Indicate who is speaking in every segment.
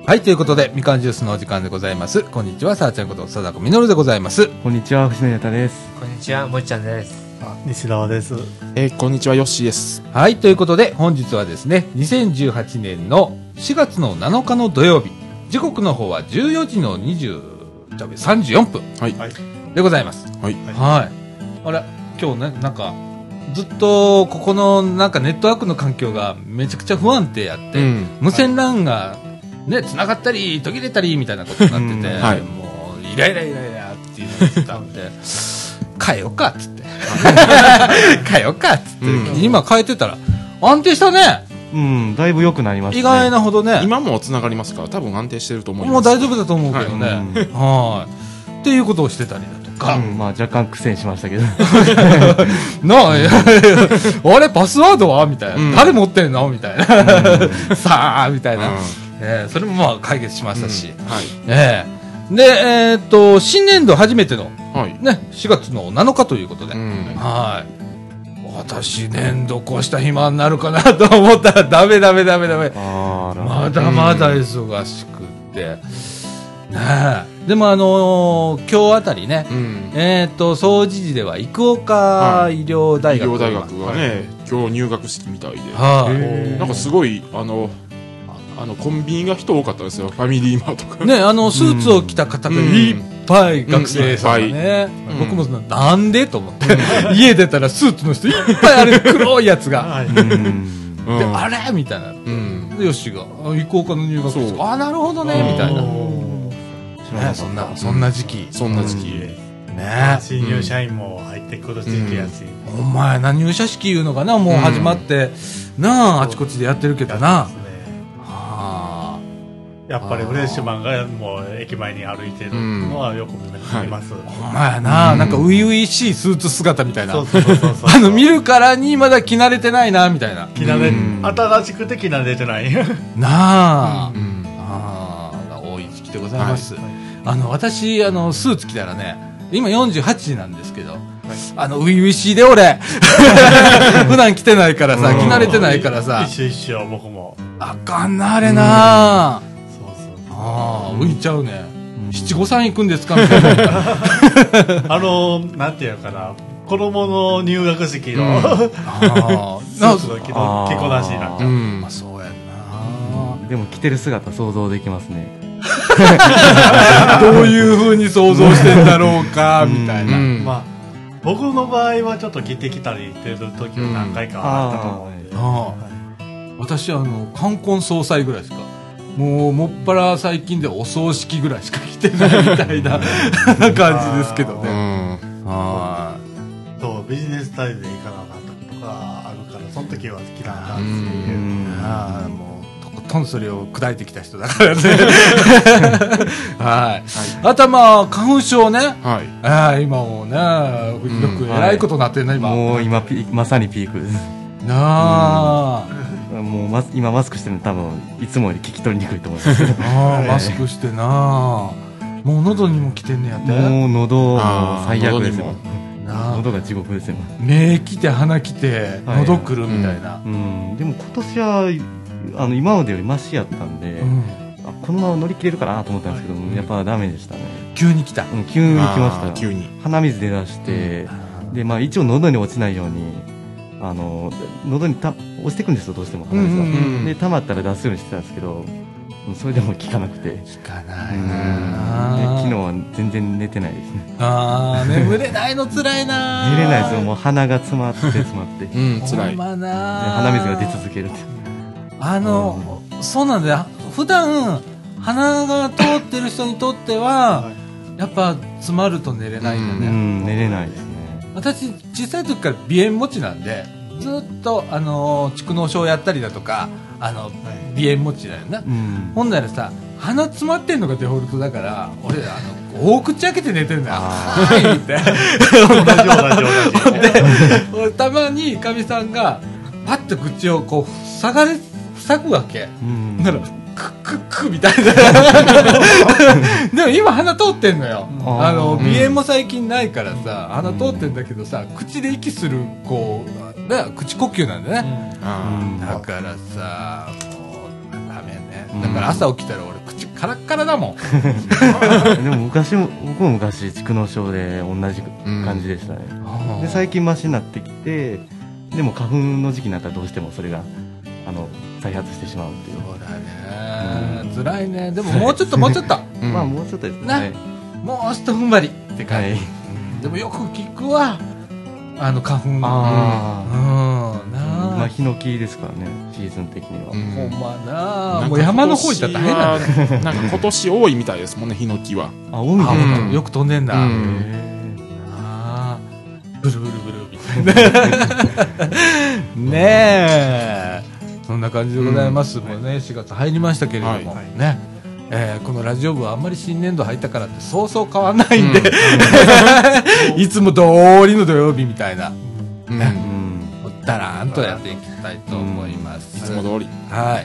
Speaker 1: はい、ということで、みかんジュースのお時間でございます。こんにちは、さあちゃんこと貞子みのるでございます。
Speaker 2: こんにちは、藤野太です。
Speaker 3: こんにちは、もいちゃんです。
Speaker 4: 西澤です。
Speaker 5: こんにちは、ヨッシーです。
Speaker 1: はい、ということで、本日はですね、2018年の4月の7日の土曜日、時刻の方は14時の34分、はい、でございます。はい。はい。あれ、今日ね、なんか、ずっとここのなんかネットワークの環境がめちゃくちゃ不安定やって、無線 LAN がね繋がったり途切れたりみたいなことになってて、はい、もうイライラっていうのが言ったんで変えようかっつって変えようかっつって、今変えてたら安定したね。
Speaker 2: だいぶ良くなりましたね。
Speaker 1: 意外なほどね。
Speaker 5: 今も繋がりますから多分安定してると思います。
Speaker 1: もう大丈夫だと思うけどね。はい。っていうことをしてたりだとか、
Speaker 2: まあ若干苦戦しましたけど
Speaker 1: なあ、あれパスワードはみたいな、誰持ってんのみたいなさあみたいな、それもまあ解決しましたし、で新年度初めての、ね、4月の7日ということで、はい、私年度越した暇になるかなと思ったらダメまだまだ忙しくってね。でも今日あたりね、総知事では育岡医療大学、
Speaker 5: 医療大学がね、今日入学式みたいで、なんかすごいコンビニが人多かったですよ。ファミリーマートとか
Speaker 1: ね、スーツを着た方がいっぱい、学生さんがね、僕もなんでと思って家出たらスーツの人いっぱいある黒いやつがで、あれみたいな、よしが育岡の入学式、あ、なるほどねみたいなね、そんな時期ね、
Speaker 4: 新入社員も入ってくる時期やし、
Speaker 1: お前な、入社式いうのかな、もう始まってなあ、あちこちでやってるけどな。
Speaker 4: やっぱりフレッシュマンがもう駅前に歩いてるのはよく見ます。
Speaker 1: お前やな、なんか初々しいスーツ姿みたいな、見るからにまだ着慣れてないなみたいな、
Speaker 4: 新しくて着慣れてない
Speaker 1: なあ、多い時期でございます。私スーツ着たらね、今48時なんですけど、初々しいで俺普段着てないからさ、着慣れてないからさ、
Speaker 4: 一緒僕も
Speaker 1: あかんな、あれな、浮いちゃうね。七五三行くんですかみたいな
Speaker 4: なんていうかな、子供の入学式のスーツの着こなしになっちゃう。
Speaker 1: そうやな。
Speaker 2: でも着てる姿想像できますね
Speaker 1: どういう風に想像してんだろうかみたいな。
Speaker 4: まあ僕の場合はちょっと着てきたりっていう時は何回かあったと思うんで、
Speaker 1: 私冠婚葬祭ぐらいですか、もっぱら最近でお葬式ぐらいしか着てないみたいな感じですけどね。
Speaker 4: そう、ビジネスタイルで行かなかったことがあるから、その時は着なかったっていう。
Speaker 1: もうとことんそれを砕いてきた人だからねはい。あとはまあ花粉症ね、今もね、よくえらいことになってるね、今。
Speaker 2: もう今まさにピークです
Speaker 1: なあ。
Speaker 2: もう今マスクしてるの多分いつもより聞き取りにくいと思います
Speaker 1: マスクしてな、もう喉にも来てんねやって。
Speaker 2: もう喉最悪ですよ。喉が地獄ですよ。
Speaker 1: 目来て鼻来て喉くるみたいな。
Speaker 2: でも今年は今までよりマシやったんで、このまま乗り切れるかなと思ったんですけど、やっぱダメでしたね。
Speaker 1: 急に来た。
Speaker 2: 急に来ました。急に鼻水出だして、でまあ一応喉に落ちないように喉に落ちてくんですよ、どうしても鼻水が。で溜まったら出すようにしてたんですけど、それでも効かなくて。
Speaker 1: 効かないな。
Speaker 2: 昨日は全然寝てないですね。
Speaker 1: 眠れないの辛いな。
Speaker 2: 寝れないですよ、もう鼻が詰まって辛い。鼻水が出続けるって。
Speaker 1: そうなんだよ。普段鼻が通ってる人にとってはやっぱ詰まると寝れないんだね。
Speaker 2: 寝れないですね。
Speaker 1: 私小さい時から鼻炎持ちなんで、ずっと蓄膿症やったりだとか鼻炎持ちだよな。ほんならさ、鼻詰まってんのがデフォルトだから、俺大口開けて寝てるんだよ。はいって同じたまにかみさんがパッと口をこう塞ぐわけ。ならクックみたいなでも今鼻通ってんのよ。鼻炎も最近ないからさ、鼻通ってんだけどさ、口で息するこうだから口呼吸なんだね。だからさ、もうダメね。だから朝起きたら俺口カラッカラだもん。
Speaker 2: でも僕も昔蓄膿症で同じ感じでしたね、で最近マシになってきて、でも花粉の時期になったらどうしてもそれが再発してしまうっていう。
Speaker 1: そうだね、辛いね。でももうちょっと、まあもうちょっとですね、もう一踏ん張りって感じ、でもよく聞くわ、花粉。
Speaker 2: まあヒノキですからね、シーズン的には。
Speaker 1: ほんまな、もう山の方行ったら大変だね。
Speaker 5: なんか今年多いみたいですもんね、ヒノキは。
Speaker 2: 多いね。
Speaker 1: よく飛んでんだ。ブルブルブルみたいな。ねえ。そんな感じでございます。もうね、4月入りましたけれども、ね。このラジオ部はあんまり新年度入ったからってそうそう変わんないんで、いつも通りの土曜日みたいな。だらーんとやっていきたいと思います。
Speaker 5: いつも通り。
Speaker 1: はい。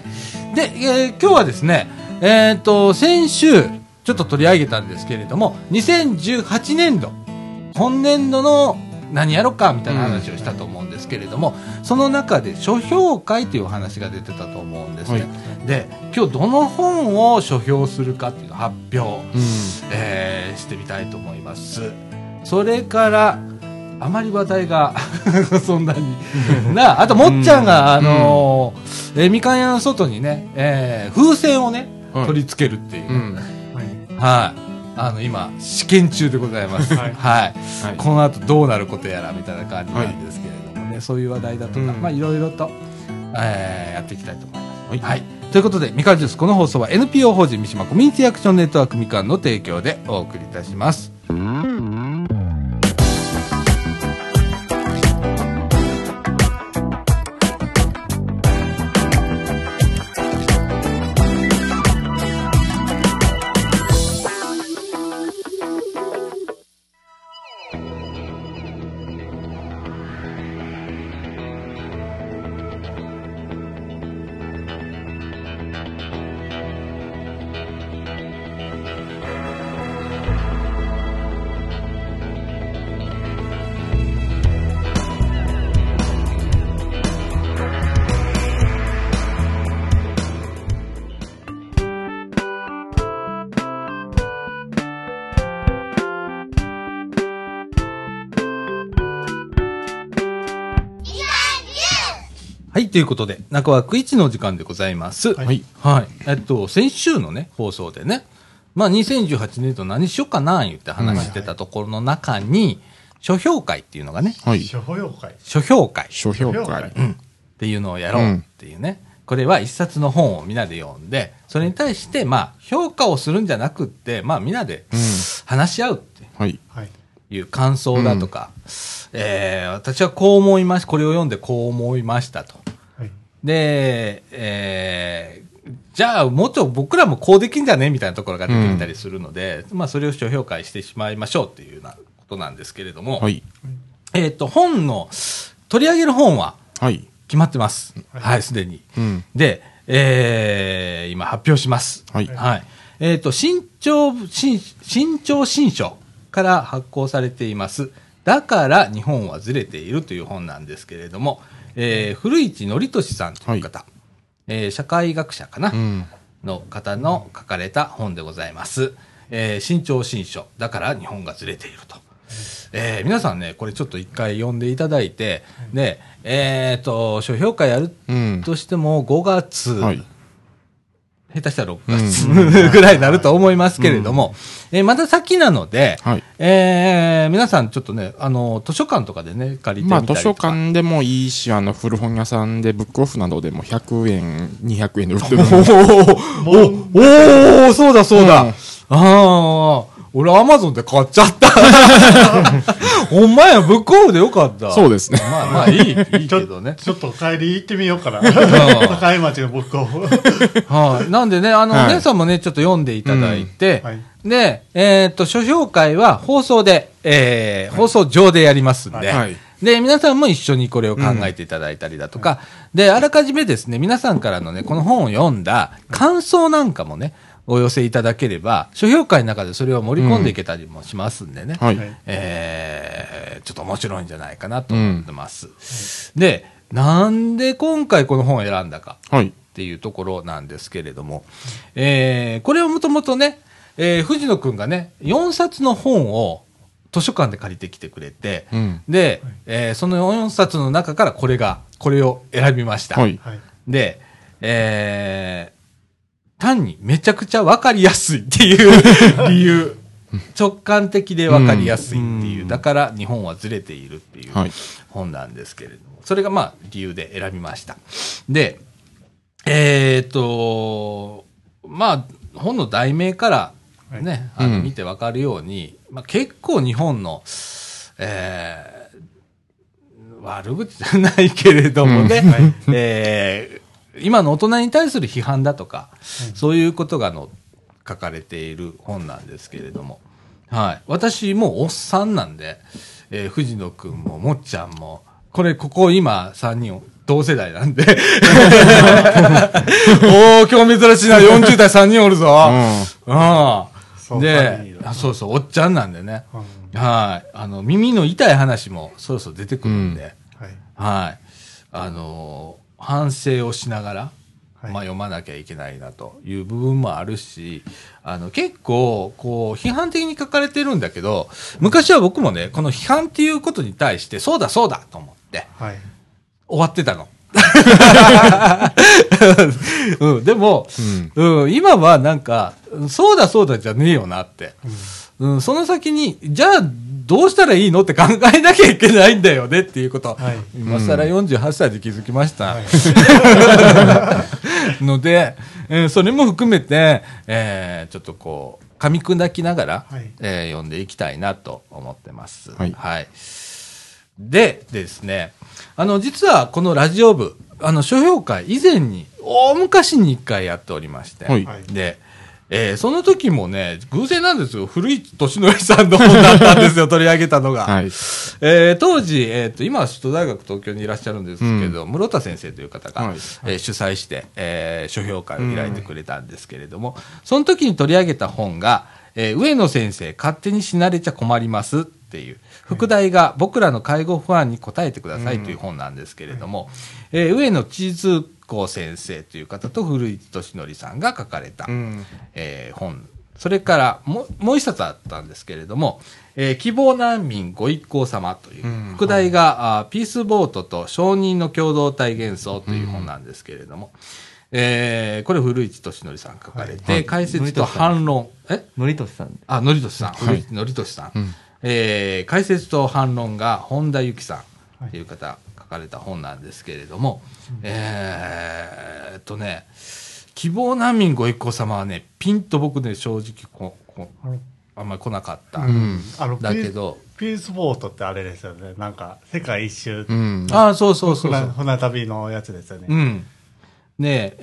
Speaker 1: で、今日はですね、先週、ちょっと取り上げたんですけれども、2018年度、本年度の何やろかみたいな話をしたと思うんですけれども、その中で書評会というお話が出てたと思うんですね。で、今日どの本を書評するかっていうのを発表、してみたいと思います。それから、あまり話題がそんなにあともっちゃんがみかん屋の外にね、風船をね、取り付けるっていう、今試験中でございます。この後どうなることやらみたいな感じなんですけれどもね、そういう話題だとか、まあいろいろと、やっていきたいと思います。ということで、みかんジュース、この放送は NPO 法人三島コミュニティアクションネットワークみかんの提供でお送りいたします。はい、ということで、中枠1の時間でございます。はい。先週のね、放送でね、まあ、2018年度何しようかな、言って話してたところの中に、書評会っていうのがね、
Speaker 4: 書評会。
Speaker 1: 書評会。
Speaker 2: って
Speaker 1: いうのをやろうっていうね。これは一冊の本をみんなで読んで、それに対して、まあ、評価をするんじゃなくって、まあ、みんなで話し合うっていう感想だとか、私はこう思いました、これを読んでこう思いましたと。で、じゃあ、もうちょっと僕らもこうできんじゃねみたいなところが出てきたりするので、まあ、それを書評会してしまいましょうっていうようなことなんですけれども、本の、取り上げる本は、決まってます。はい、すでに。で、今発表します。新潮新書から発行されています。だから日本はずれているという本なんですけれども、古市憲寿さんという方、社会学者かな、の方の書かれた本でございます。新潮新書、だから日本がずれていると。皆さんね、これちょっと一回読んでいただいて、で、書評会やるとしても5月、下手したら6月ぐらいになると思いますけれども、まだ先なので、皆さんちょっとね、図書館とかでね、借りてみたりとか。まあ図書
Speaker 5: 館でもいいし、古本屋さんでブックオフなどでも100円、200円で売ってる。
Speaker 1: おー、そうだそうだ。俺アマゾンで買っちゃった。ほんまや、ブックオフでよかった。
Speaker 5: そうですね。
Speaker 1: まあいいけどね。
Speaker 4: ちょっと帰り行ってみようかな。高い町のブックオフ。
Speaker 1: なんでね、姉さんもね、ちょっと読んでいただいて、で、書評会は放送で、放送上でやりますんで、で、皆さんも一緒にこれを考えていただいたりだとか、で、あらかじめですね、皆さんからのね、この本を読んだ感想なんかもね、お寄せいただければ、書評会の中でそれを盛り込んでいけたりもしますんでね、ちょっと面白いんじゃないかなと思ってます。で、なんで今回この本を選んだか。 っていうところなんですけれども、これをもともとね、藤野くんがね、4冊の本を図書館で借りてきてくれて、で、その4冊の中からこれを選びました。はい、で、単にめちゃくちゃわかりやすいっていう理由。直感的でわかりやすいっていう、だから日本はずれているっていう本なんですけれども、それがまあ理由で選びました。で、まあ、本の題名からね、見てわかるように、まあ、結構日本の、悪口じゃないけれどもね、今の大人に対する批判だとか、そういうことが書かれている本なんですけれども、はい。私もうおっさんなんで、藤野くんももっちゃんも、ここ今3人同世代なんで、おー、今日珍しいな、40代3人おるぞ。で、そうそう、おっちゃんなんでね。はい。耳の痛い話もそろそろ出てくるんで、はい。反省をしながら、まあ読まなきゃいけないなという部分もあるし、結構、批判的に書かれてるんだけど、昔は僕もね、この批判っていうことに対して、そうだそうだと思って、終わってたの。でも、今はなんか、そうだそうだじゃねえよなって。その先に、じゃあ、どうしたらいいのって考えなきゃいけないんだよねっていうこと。今更48歳で気づきました。ので、それも含めて、ちょっと噛み砕きながら、読んでいきたいなと思ってます。はい。でですね、実はこのラジオ部、書評会以前に、大昔に1回やっておりまして、で、その時もね、偶然なんですよ。古市俊則さんの本だったんですよ、取り上げたのが。当時、今は首都大学東京にいらっしゃるんですけど、室田先生という方が、主催して、書評会を開いてくれたんですけれども、その時に取り上げた本が、上野先生、勝手に死なれちゃ困りますっていう、副題が僕らの介護不安に答えてくださいという本なんですけれども、上野千鶴子先生という方と古市俊則さんが書かれた、本。それからもう一冊あったんですけれども、希望難民ご一行様という、副題が、ピースボートと証人の共同体幻想という本なんですけれども、これ古市俊則さん書かれて、解説と反論、
Speaker 2: のりとしさん。
Speaker 1: のりとしさん、古市のりとしさん。解説と反論が本田由紀さんという方書かれた本なんですけれども、希望難民ご一行様はね、ピンと僕ね、正直あんまり来なかった。だけど、
Speaker 4: ピースボートってあれですよね。なんか、世界一周。
Speaker 1: そう。
Speaker 4: 船旅のやつですよね。
Speaker 1: ね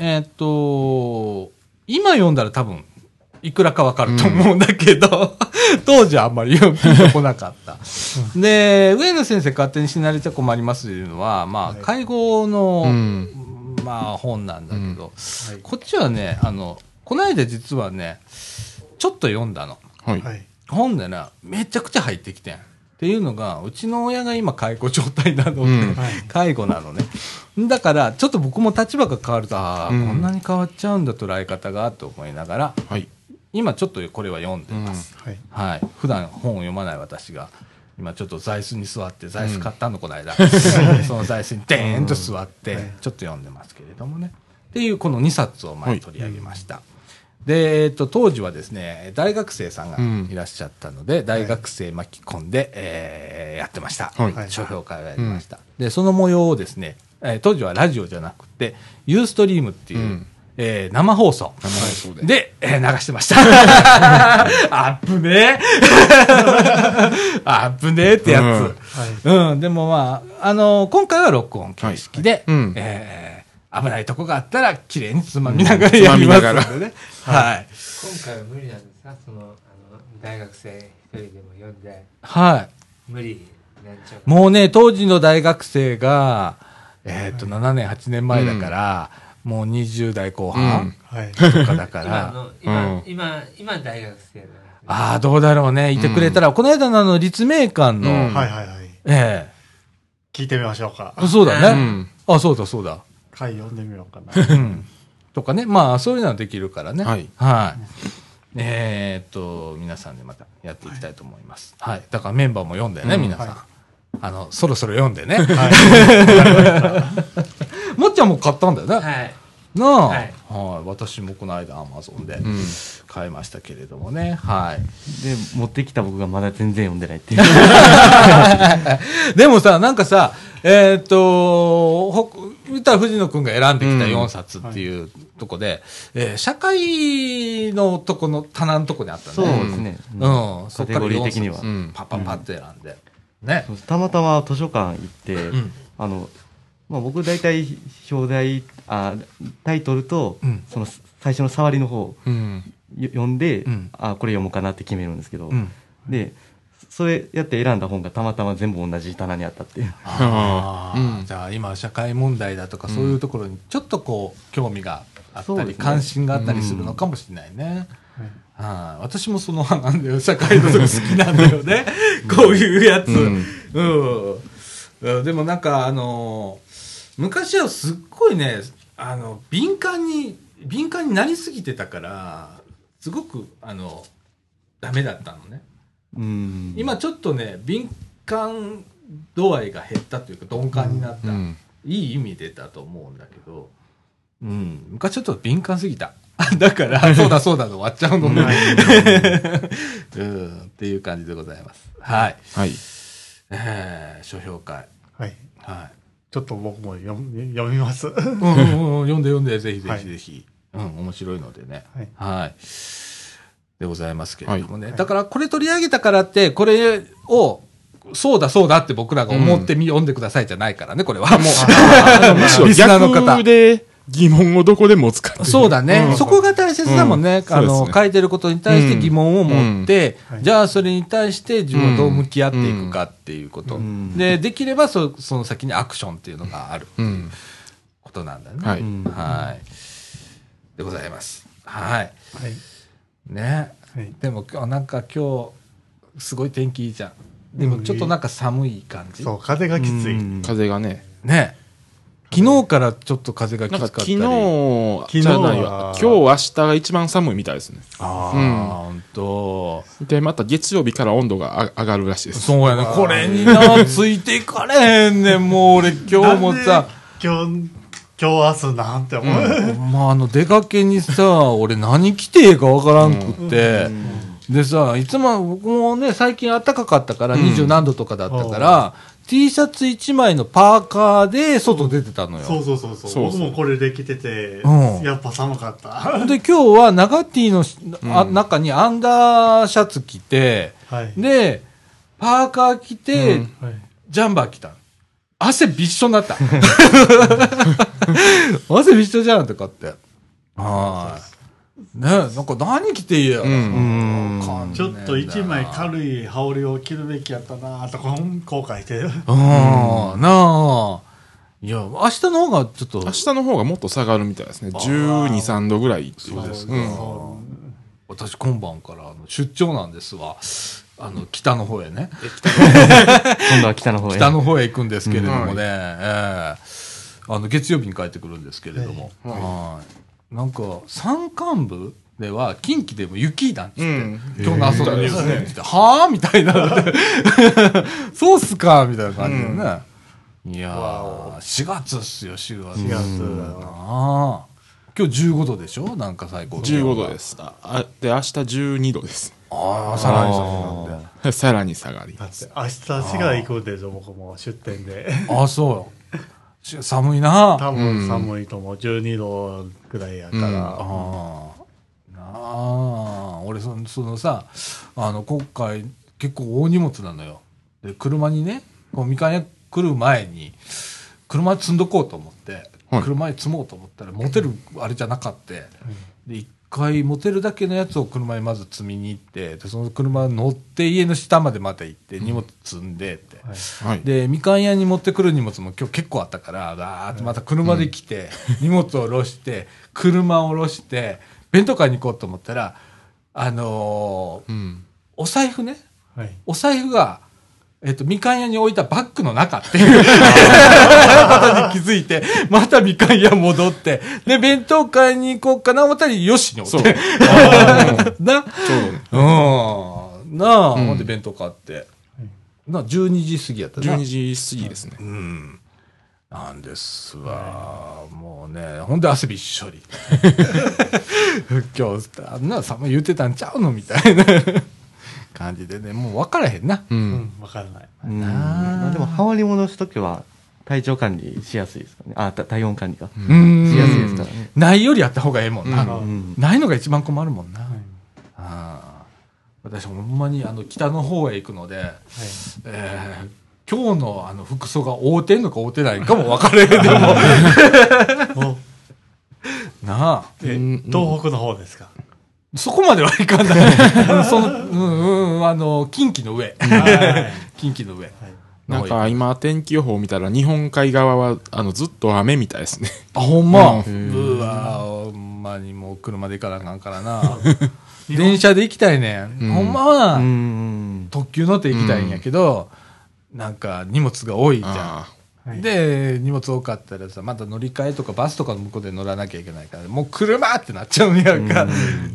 Speaker 1: 今読んだら多分、いくらかわかると思うんだけど、当時はあんまりピンと来なかった。で、上野先生勝手に死なれちゃ困りますというのは、まあ、介護の、まあ、本なんだけど、こっちはね、この間実はね、ちょっと読んだの。本でね、めちゃくちゃ入ってきてん。っていうのが、うちの親が今介護状態なので、介護なのね。だから、ちょっと僕も立場が変わると、こんなに変わっちゃうんだ、捉え方が、と思いながら、今ちょっとこれは読んでます。普段本を読まない私が、今ちょっと座椅子に座って、座椅子買ったの、この間。その座椅子にデーンと座って、ちょっと読んでますけれどもね。っていう、この2冊を前に取り上げました。で、当時はですね、大学生さんがいらっしゃったので、大学生巻き込んで、やってました。書評会をやりました。で、その模様をですね、当時はラジオじゃなくて、ユーストリームっていう、生放送で、流してました。あっぶねあっぶねってやつ。でもまあ、今回は録音形式で、危ないとこがあったら、綺麗につまみながらやりますのでね。
Speaker 3: 今回は無理なんですか？大学生一人でも読んで。無理なんちゃう。
Speaker 1: もうね、当時の大学生が、7年、8年前だから、もう20代後半とかだから。
Speaker 3: 今大学生だ。
Speaker 1: どうだろうね。いてくれたら、この間の立命館の、
Speaker 4: 聞いてみましょうか。
Speaker 1: そうだね。そうだ。
Speaker 4: 回読んでみようかな。
Speaker 1: とかね。まあ、そういうのはできるからね。
Speaker 5: はい。
Speaker 1: はい。皆さんでまたやっていきたいと思います。はい。だからメンバーも読んでね、皆さん。そろそろ読んでね。もっちゃんも買ったんだよね。
Speaker 3: はい。
Speaker 1: なあ、はい、私もこの間アマゾンで買いましたけれどもね、はい。
Speaker 2: で持ってきた僕がまだ全然読んでないっていう。
Speaker 1: でもさ、なんかさ、言ったら藤野くんが選んできた4冊っていうとこで、社会のとこの棚のとこにあったね。
Speaker 2: そうですね。
Speaker 1: カテゴリー的にはパッパッパッと選んで、ね。
Speaker 2: たまたま図書館行って、まあ、僕大体表題タイトルと、その最初の触りの方、読んで、これ読もうかなって決めるんですけど、でそれやって選んだ本がたまたま全部同じ棚にあったっていう。
Speaker 1: じゃあ今社会問題だとかそういうところにちょっとこう興味があったり、関心があったりするのかもしれないね。私もその派なんだよ。社会のとこ好きなんだよね。こういうやつ。でもなんか昔はすっごいね、敏感になりすぎてたから、すごくダメだったのね。今ちょっとね、敏感度合いが減ったというか鈍感になった、いい意味でだと思うんだけど、昔ちょっと敏感すぎた。だからそうだそうだの終わっちゃうのね。っていう感じでございます。はい。はい。書評会。
Speaker 4: はい。
Speaker 1: はい。
Speaker 4: ちょっと僕も読みます。
Speaker 1: 読んで、ぜひぜひぜひ。面白いのでね。はい。でございますけれどもね。だからこれ取り上げたからって、これを、そうだそうだって僕らが思って読んでくださいじゃないからね、これは。もう、
Speaker 5: むしろ逆で疑問をどこで持つかっていう。
Speaker 1: そうだね。そこが大切だもんね。書いてることに対して疑問を持って、じゃあそれに対して自分はどう向き合っていくかっていうこと。で、できればその先にアクションっていうのがあるっていうことなんだね。はい。でございます。はい。ね。でもなんか今日、すごい天気いいじゃん。でもちょっとなんか寒い感じ。
Speaker 4: そう、風がきつい。
Speaker 5: 風がね。
Speaker 1: ね。昨日からちょっと風がきつかったり。
Speaker 5: 昨日じゃないわ。今日明日が一番寒いみたいですね。
Speaker 1: 本当。
Speaker 5: で、また月曜日から温度が上がるらしいです。
Speaker 1: そうやね。これについていかれへんねん。もう俺今日もさ。
Speaker 4: 今日明日なんて思う。
Speaker 1: まあ出かけにさ、俺何着ていいかわからんくって。でさ、いつも僕もね、最近暖かかったから、20何度とかだったから、T シャツ1枚のパーカーで外出てたのよ。
Speaker 4: そう。僕もこれで着てて、やっぱ寒かった。
Speaker 1: で、今日は長 T の中にアンダーシャツ着て、で、パーカー着て、ジャンバー着た。汗びっしょになった。汗びっしょじゃんとかって。ね、なんか何着ていいやろ。
Speaker 4: ちょっと一枚軽い羽織を着るべきやったなとか後悔してる。
Speaker 1: なあ。いや、明日の方がちょっと。
Speaker 5: 明日の方がもっと下がるみたいですね。12、3度ぐらいっていう。そうですか。
Speaker 1: 私今晩から出張なんですわ。北の方へね。
Speaker 2: 今度は北の方へ。
Speaker 1: 北の方へ行くんですけれどもね。月曜日に帰ってくるんですけれども。なんか山間部では近畿でも雪なんつって、今日の朝のニュースで、はぁみたいな。そうっすかみたいな感じでね。いやー、4月っすよ、4月。
Speaker 4: 4月だ
Speaker 1: な。今日15度でしょ、なんか最高気
Speaker 5: 温。15度です。で、明日12度です。
Speaker 1: さらに下が
Speaker 5: る。さらに下がり。
Speaker 4: だって明日滋賀行くんでしょ、僕も出店で。
Speaker 1: そう。寒いな。
Speaker 4: 多分寒いと思う。12度ぐらいやから。
Speaker 1: 俺そのさ、今回結構大荷物なのよ。で、車にね、みかん屋来る前に、車積んどこうと思って、車に積もうと思ったら、持てるあれじゃなかった。で、一回持てるだけのやつを車にまず積みに行って、でその車乗って家の下までまた行って荷物積んでって、でみかん屋に持ってくる荷物も今日結構あったからガーッとまた車で来て、荷物を下ろして車を下ろして弁当買いに行こうと思ったらお財布ね、お財布がみかん屋に置いたバッグの中っていうことに気づいて、またみかん屋戻って、で、弁当買いに行こうかな思ったら、よしにおって。な、なあ、ほんで弁当買って。12時過ぎやったな。
Speaker 5: 12時過ぎですね。
Speaker 1: なんですわ。もうね、ほんで汗びっしょり。今日、あんな寒い言ってたんちゃうのみたいな感じでね、もう分からへんな。
Speaker 4: 分からない。
Speaker 2: でも、羽織り戻すときは、体調管理しやすいですかね。体温管理が。し
Speaker 1: や
Speaker 2: すいですからね。
Speaker 1: ないよりあった方がええもんな。ないのが一番困るもんな。私ほんまに北の方へ行くので、今日の服装が合うてんのか合うてないかも分かれへんでも。なあ。
Speaker 4: 東北の方ですか？
Speaker 1: そこまではいかない。近畿の上。近畿の上。
Speaker 5: なんか今天気予報見たら日本海側はずっと雨みたいですね。
Speaker 1: あ、ほんま。うわほんまにもう車で行かなあかんからな。電車で行きたいねん。ほんまは特急乗って行きたいんやけど、なんか荷物が多いじゃん。で、荷物多かったらさ、また乗り換えとかバスとかの向こうで乗らなきゃいけないから、もう車ってなっちゃうんやんか。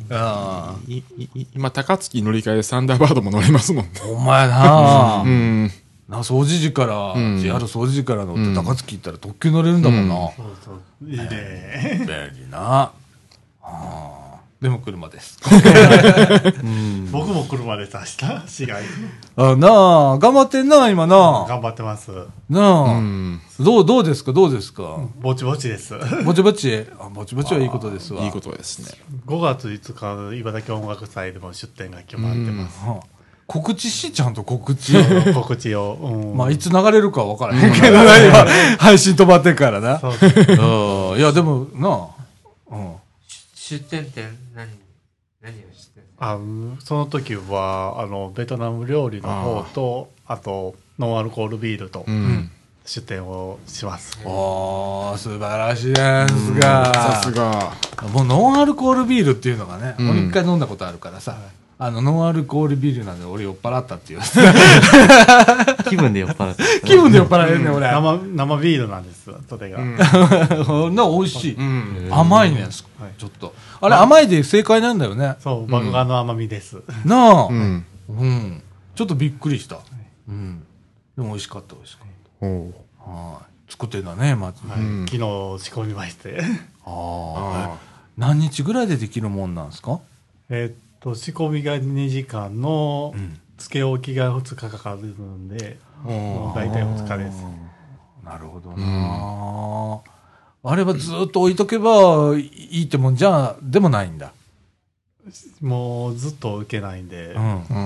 Speaker 5: 今、高槻乗り換えでサンダーバードも乗れますもんね。
Speaker 1: ほんまやな掃除時から、JR 掃除時から乗って高槻行ったら特急乗れるんだもんな。
Speaker 4: そうそう。いいね。
Speaker 1: 便利な。でも車です。
Speaker 4: 僕も車です、明日、市街。
Speaker 1: なあ、頑張ってんな、今な。
Speaker 4: 頑張ってます。
Speaker 1: なあ。どうですか
Speaker 4: ぼちぼちです。
Speaker 1: ぼちぼちぼちぼちはいいことですわ。
Speaker 5: いいことですね。
Speaker 4: 5月5日、茨城音楽祭でも出展が決まってます。
Speaker 1: 告知し、ちゃんと告知。
Speaker 4: 告知を。
Speaker 1: まあ、いつ流れるかわからへんけど、今、配信止まってからな。いや、でも、なあ。
Speaker 3: 出店って何をして
Speaker 4: その時はベトナム料理の方とあとノンアルコールビールと出店をします。
Speaker 1: 素晴らしいですが。
Speaker 5: さすが。
Speaker 1: もうノンアルコールビールっていうのがね、俺一回飲んだことあるからさ、ノンアルコールビールなんで俺酔っ払ったっていう。
Speaker 2: 気分で酔っ払って。
Speaker 1: 気分で酔っ払えるね、俺。
Speaker 4: 生ビールなんです、それが。
Speaker 1: 美味しい。甘いね、ちょっと。あれ、甘いで正解なんだよね。
Speaker 4: そう、麦芽の甘みです。
Speaker 1: なあ。ちょっとびっくりした。でも美味しかった、美味しかった。作ってんだね、まず。
Speaker 4: 昨日仕込みまして。
Speaker 1: 何日ぐらいでできるもんなんですか？
Speaker 4: 仕込みが2時間の、つけ置きが2日かかるので、もう大体2日です。
Speaker 1: なるほどな。あれはずっと置いとけばいいってもんじゃでもないんだ。
Speaker 4: もうずっと受けないんで、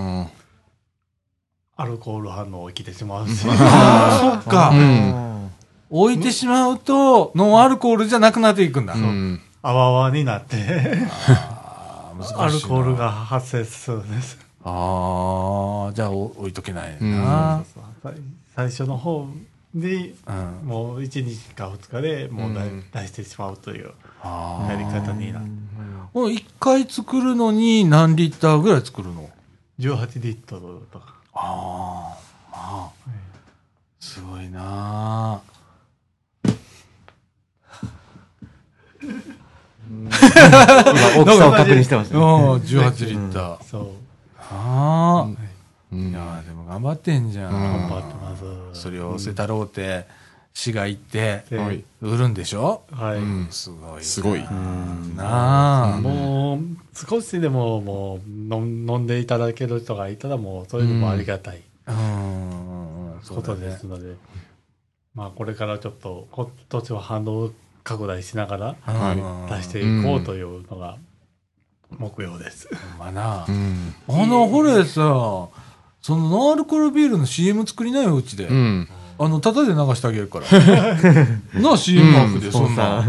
Speaker 4: アルコール反応起きてしまうし。
Speaker 1: そっか。置いてしまうとノンアルコールじゃなくなっていくんだ。
Speaker 4: 泡々になってアルコールが発生するんです。
Speaker 1: じゃあ置いとけないな。
Speaker 4: 最初の方で、もう1日か2日でもう出してしまうというやり方になる。
Speaker 1: 1回作るのに何リッターぐらい作るの
Speaker 4: ？18リットルとか。
Speaker 1: すごいな。
Speaker 2: 今大きさを確認してましたね。
Speaker 1: 18リッター。
Speaker 4: そう。
Speaker 1: いやでも頑張ってんじゃん。
Speaker 4: 頑張ってます。
Speaker 1: それを瀬太郎って市が行って売るんでしょ？
Speaker 4: はい。
Speaker 1: すごい。
Speaker 5: すごい。
Speaker 1: なあ。
Speaker 4: もう少しでももう飲んでいただける人がいたらもうそれでもありがたいことですので、まあこれからちょっと今年は反動拡大しながら出していこうというのが目標です。
Speaker 1: まあな。ほれさ。そのノンアルコールビールの CM 作りなよ、うちで。タダで流してあげるから。な、CM 枠で、そんな。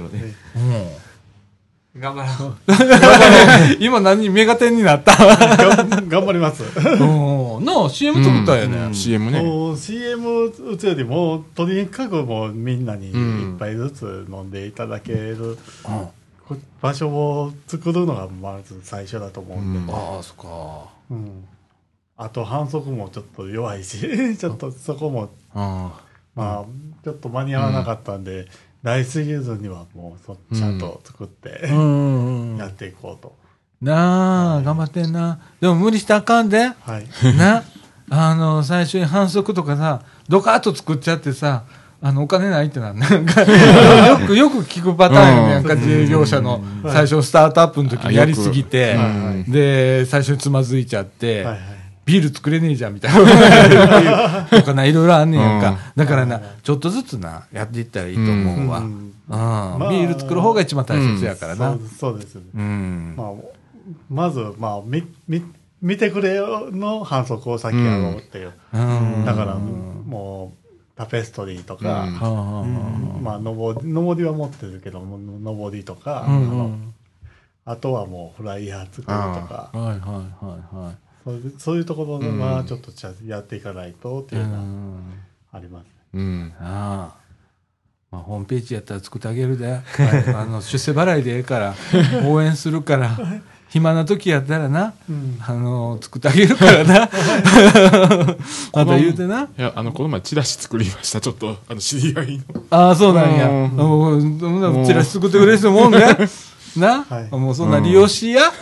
Speaker 3: 頑張ろう。
Speaker 1: 今メガテンになった
Speaker 4: 頑張ります。
Speaker 1: な、CM 作ったんやね。
Speaker 5: CM ね。
Speaker 4: CM 打つよりも、とにかくもうみんなに一杯ずつ飲んでいただける場所を作るのがまず最初だと思うんで。
Speaker 1: そっか。
Speaker 4: あと反則もちょっと弱いしちょっとそこもまあちょっと間に合わなかったんで、来シーズンにはもうちゃんと作ってやっていこうと。
Speaker 1: なあ、頑張ってんな。でも無理したらあかんで。
Speaker 4: はい。
Speaker 1: な、最初に反則とかさ、ドカーッと作っちゃってさ、お金ないってなんか、よく聞くパターンよね、なんか自営業者の最初スタートアップの時にやりすぎて、で、最初につまずいちゃって、ビール作れねえじゃんみたいな。とかな、いろいろあんねんやんか。だからな、ちょっとずつな、やっていったらいいと思うわ。ビール作る方が一番大切やからな。
Speaker 4: そうですね。まず、見てくれよの反則を先やろうっていう。だから、もう、タペストリーとか、まあ、上りは持ってるけど、上りとか、あとはもうフライヤー作るとか、そういうところはちょっとやっていかないとっていうのはありますね。
Speaker 1: まあ、ホームページやったら作ってあげるで。出世払いでええから、応援するから。暇な時やったらな、作ってあげるからな。また言うてな。
Speaker 5: いや、この前チラシ作りました。ちょっと、知り合いの。
Speaker 1: ああ、そうなんや。チラシ作ってくれる人もんね。な、もうそんな利用しや。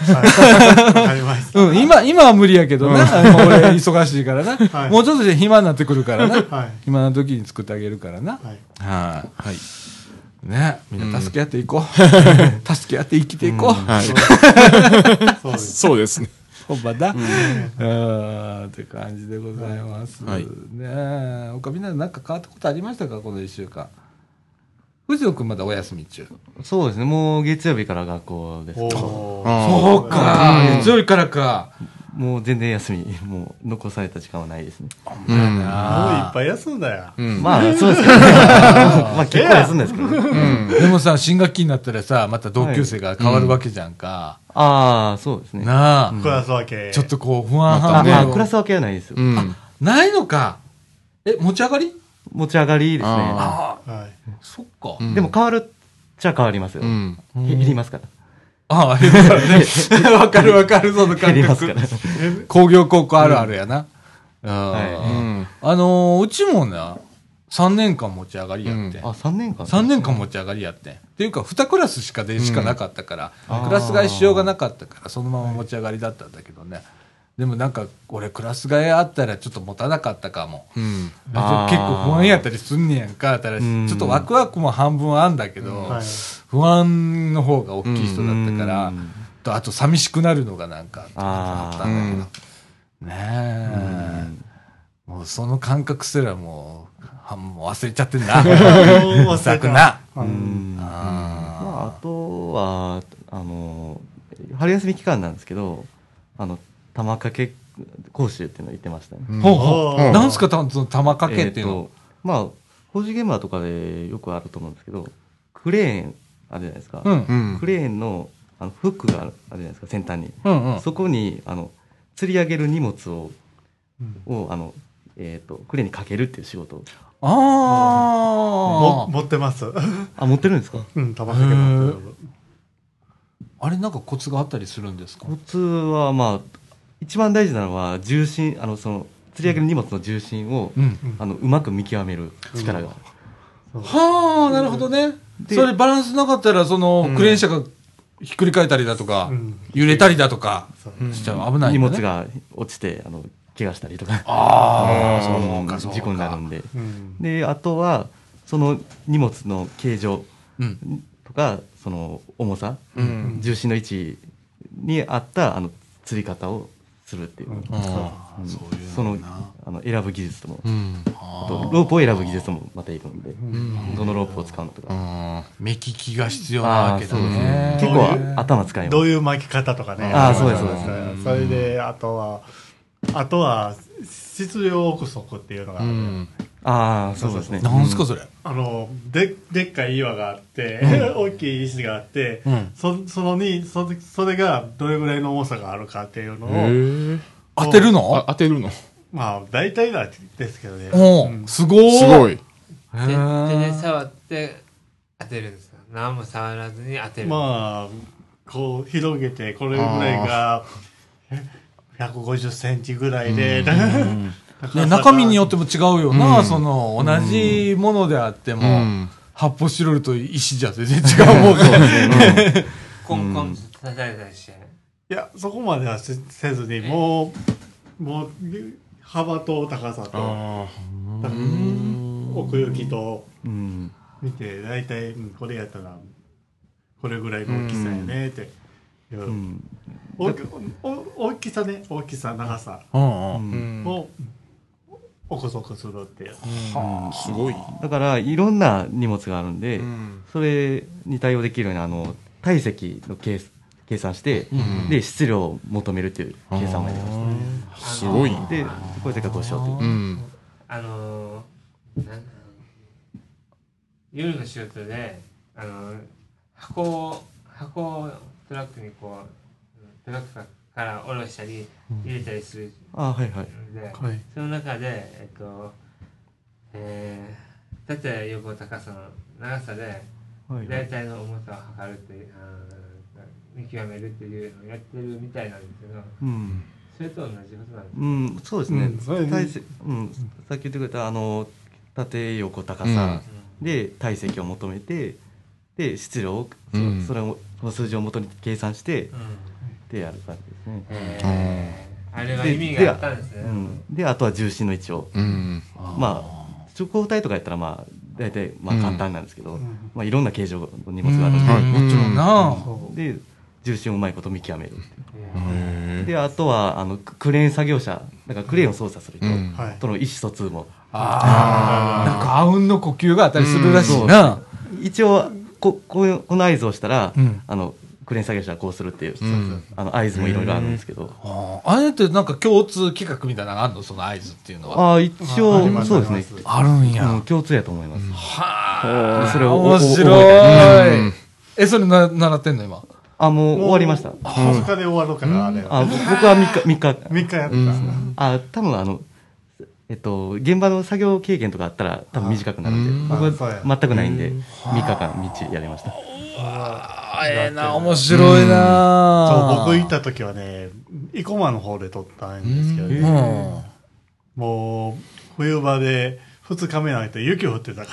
Speaker 1: 今は無理やけどな。俺忙しいからな。もうちょっとで暇になってくるからな。暇な時に作ってあげるからな。はい。ね、みんな助け合っていこう。助け合って生きていこう。
Speaker 5: そうですね。
Speaker 1: ほんまだ。って感じでございます。ね、他みんななんか変わったことありましたか、この1週間。藤野くんまだお休み中。
Speaker 2: そうですね、もう月曜日から学校です。
Speaker 1: そうか、月曜日からか。
Speaker 2: もう全然休み、もう残された時間はないですね。
Speaker 4: もういっぱい休んだよ。
Speaker 2: まあ、そうですけどね。まあ、結構休んだんですけどね。
Speaker 1: でもさ、新学期になったらさ、また同級生が変わるわけじゃんか。
Speaker 2: ああ、そうですね。
Speaker 1: なあ。
Speaker 4: クラス分け。
Speaker 1: ちょっとこう、不安半
Speaker 2: 分。クラス分けはないですよ。
Speaker 1: ないのか。持ち上がり
Speaker 2: 持ち上がりですね。
Speaker 1: そっか。
Speaker 2: でも変わるっちゃ変わりますよ。減りますから。
Speaker 1: 減るからね。わかる、その感覚。工業高校あるあるやな。うちもな、3年間持ち上がりやって。
Speaker 2: 3年間
Speaker 1: ?3 年間持ち上がりやって。っていうか、2クラスしかなかったから、クラス替えしようがなかったから、そのまま持ち上がりだったんだけどね。でもなんか、俺クラス替えあったらちょっと持たなかったかも。結構不安やったりすんねやんか。ちょっとワクワクも半分あんだけど、不安の方が大きい人だったから、あと寂しくなるのがなんかあったんだけど。ねえ。もうその感覚すらもう忘れちゃってんな。さくな。
Speaker 2: あとは、春休み期間なんですけど、玉掛け講習っていうのを言ってましたね。
Speaker 1: なんすか、その玉掛けっていうの。
Speaker 2: まあ、工事現場とかでよくあると思うんですけど、クレーンあるじゃないですか。クレーンのフックがあるじゃないですか、先端に。そこに、吊り上げる荷物を、クレーンにかけるっていう仕事
Speaker 4: を。持ってます。
Speaker 2: 持ってるんですか？
Speaker 4: 玉掛け持ってる。
Speaker 1: あれなんかコツがあったりするんですか？
Speaker 2: コツは、まあ、一番大事なのは重心、吊り上げる荷物の重心を、うまく見極める力が。
Speaker 1: はあ、なるほどね。それバランスなかったら、クレーン車がひっくり返ったりだとか、揺れたりだとかしちゃう。危ない。
Speaker 2: 荷物が落ちて、怪我したりとか。事故になるんで。で、あとは、その荷物の形状とか、その重さ、重心の位置に合った吊り方をするっていう。その選ぶ技術とも、あとロープを選ぶ技術もまたいるんで、どのロープを使うのとか。
Speaker 1: 目利きが必要なわけだね。
Speaker 2: 結構頭使います。
Speaker 4: どういう巻き方とかね。
Speaker 2: そうです、そうです。
Speaker 4: それで、あとは、質量憶測っていうのがある。
Speaker 2: そうですね。
Speaker 1: なんすか、それ。
Speaker 4: でっかい岩があって、大きい石があって、それがどれぐらいの重さがあるかっていうのを。
Speaker 1: 当てるの？
Speaker 5: 当てるの？
Speaker 4: まあ、大体ですけどね。
Speaker 1: すごい。
Speaker 5: すごい。
Speaker 3: 手で触って当てるんですよ。何も触らずに当てる。
Speaker 4: まあ、こう広げて、これぐらいが、 150センチぐらいで、
Speaker 1: 中身によっても違うよな、その、同じものであっても、発泡スチロールと石じゃ全然違うもんね。
Speaker 3: コンコンと叩いたりして。
Speaker 4: いや、そこまではせずに、もう、幅と高さと、奥行きと、見て、大体、これやったら、これぐらいの大きさやね、っていう。大きさね、大きさ、長さを、おこそこするっていう。
Speaker 5: すごい。
Speaker 2: だから、いろんな荷物があるんで、それに対応できるように、体積の計算して、で、質量を求めるっていう計算をやりま
Speaker 5: した。すごい。
Speaker 2: で、これでこうしようという。
Speaker 3: 夜の仕事で、箱をトラックにこう、トラックから下ろしたり入れたりするので、その中で、縦横高さの長さで大体の重さを測るっていう、見極めるっていうのをやってるみたいなんですけど、それと同じことなんですか？
Speaker 2: そうですね。さっき言ってくれた縦横高さで体積を求めて、で質量をそれを数字を元に計算してでやる感じですね。
Speaker 3: あれは意味があったんですね。
Speaker 2: であとは重心の位置を、まあ直方体とかやったらまあ大体まあ簡単なんですけど、まあいろんな形状の荷物があるんで、
Speaker 1: もちろんな。
Speaker 2: で重心をうまいこと見極める。であとはクレーン作業者、だからクレーンを操作する人との意思疎通も、
Speaker 1: なんかあうんの呼吸があったりするらしいな。
Speaker 2: 一応この合図をしたら、クレーン作業者はこうするっていう、合図もいろいろあるんですけど、
Speaker 1: あれってなんか共通企画みたいなのがあるの、その合図っていうのは。
Speaker 2: 一応そうですね、
Speaker 1: あるんや。
Speaker 2: 共通やと思います。
Speaker 1: はあ、それ面白い。それ習ってんの今？
Speaker 2: もう終わりました。
Speaker 4: 2日で終わるから、あれ。
Speaker 2: 僕は3
Speaker 4: 日やった。
Speaker 2: 多分現場の作業経験とかあったら多分短くなるんで、僕は全くないんで、3日間みっちりやりました。
Speaker 1: 面白いな。
Speaker 4: 僕行った時はね、生駒の方で撮ったんですけど、もう、冬場で2日目なんて雪降ってたから。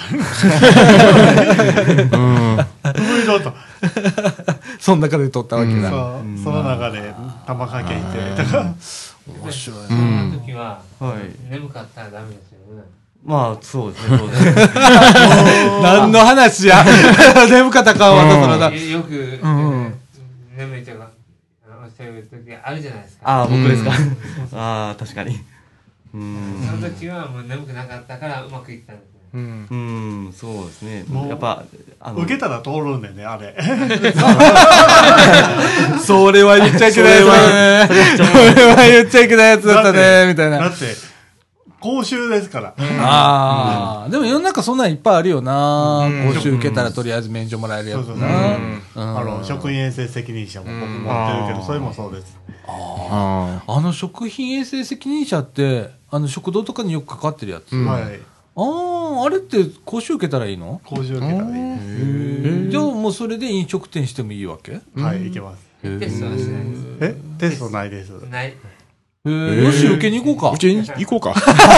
Speaker 1: その中で撮ったわけだ。
Speaker 4: その中で玉かけて。
Speaker 1: 面白い。
Speaker 3: その時は、眠かったらダメですよね。
Speaker 2: まあ、そうですね。
Speaker 1: 何の話や。眠かったかはどころだ。
Speaker 3: よく、眠いとか、おっしゃる時あるじゃないですか。
Speaker 2: 僕ですか。確かに。
Speaker 3: その時はもう眠くなかったからうまくいったんですね。
Speaker 2: そうですね。やっぱ、
Speaker 4: 受けたら通るんだよね、あれ。
Speaker 1: それは言っちゃいけないやつだね。それは言っちゃいけないやつだったね、みたいな。
Speaker 4: だって、講習ですから。
Speaker 1: でも世の中そんなんいっぱいあるよな。講習受けたらとりあえず免除もらえるやつな。
Speaker 4: 食品衛生責任者も僕持ってるけど、それもそうです。
Speaker 1: 食品衛生責任者って、食堂とかによくかかってるやつ。あれって講習受けたらいいの？
Speaker 4: 講習受けたらいい。
Speaker 1: じゃあもうそれで飲食店してもいいわけ？
Speaker 4: はい、いけます。
Speaker 3: テストはしないです。
Speaker 4: テストないです。
Speaker 3: ない。
Speaker 1: よし、受けに行こうか。
Speaker 5: 受けに行こうか。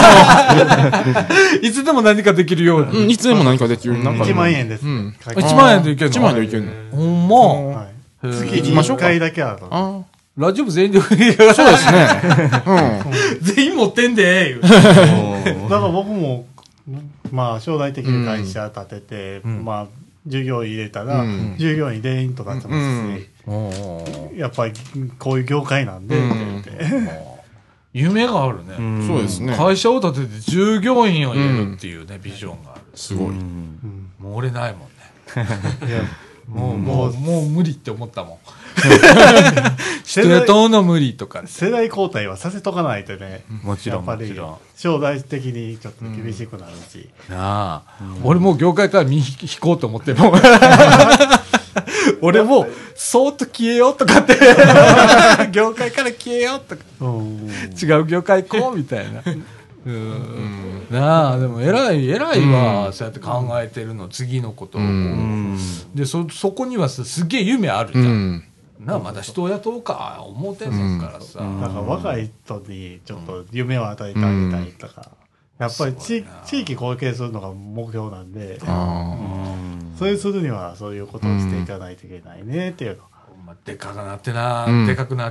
Speaker 1: いつでも何かできるように。
Speaker 5: いつでも何かできるように。
Speaker 4: 1万円です。
Speaker 1: 1万円でいけるの
Speaker 5: ？1万円でいけるの。
Speaker 1: ほんま。
Speaker 4: 月に1回だけある。
Speaker 1: ラジオ部全員で。そう
Speaker 5: ですね。
Speaker 1: 全員持ってんで。
Speaker 4: だから僕も、まあ、将来的に会社立てて、まあ、従業員入れたら、従業員全員となってますし、やっぱりこういう業界なんで、
Speaker 1: 夢があるね。
Speaker 5: そうですね。
Speaker 1: 会社を立てて従業員を入れるっていうね、ビジョンがある。
Speaker 5: すごい。
Speaker 1: もう俺ないもんね。もう無理って思ったもん。人雇うの無理とか。
Speaker 4: 世代交代はさせとかないとね。
Speaker 1: もちろん。
Speaker 4: やっぱり将来的にちょっと厳しくなるし。
Speaker 1: なあ。俺もう業界から身引こうと思っても。俺もそーっと消えようとかって。業界から消えようとか。違う業界行こうみたいな。なあ、でも偉いわ、そうやって考えてるの、次のことを。で、そこにはすげえ夢あるじゃん。 まだ人を雇うか思うてんねんからさ、
Speaker 4: だから若い人にちょっと夢を与えてあげたいとか、やっぱり地域貢献するのが目標なんで、それするにはそういうことをしていかないといけないねっていうのが。
Speaker 1: でかくなってでかくなって、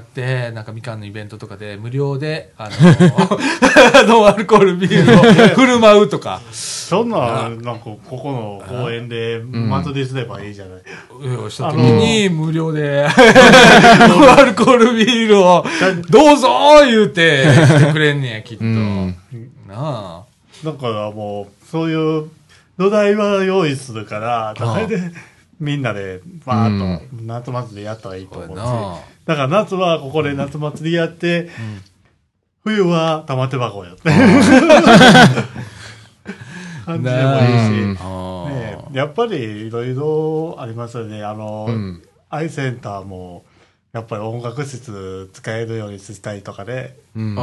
Speaker 1: なんかみかんのイベントとかで無料で、ノンアルコールビールを振る舞うとか。
Speaker 4: そんな、なんか、ここの公園で祭りすればいいじゃない。
Speaker 1: した時に無料で、ノンアルコールビールを、どうぞ言うて、してくれんねや、きっと。なあ。
Speaker 4: だからもう、そういう土台は用意するから、それで、みんなで、バーっと、夏祭りやったらいいと思うし。だから夏はここで夏祭りやって、冬は玉手箱やって。感じでもいいし。やっぱりいろいろありますよね。アイセンターも、やっぱり音楽室使えるようにしたりとかで、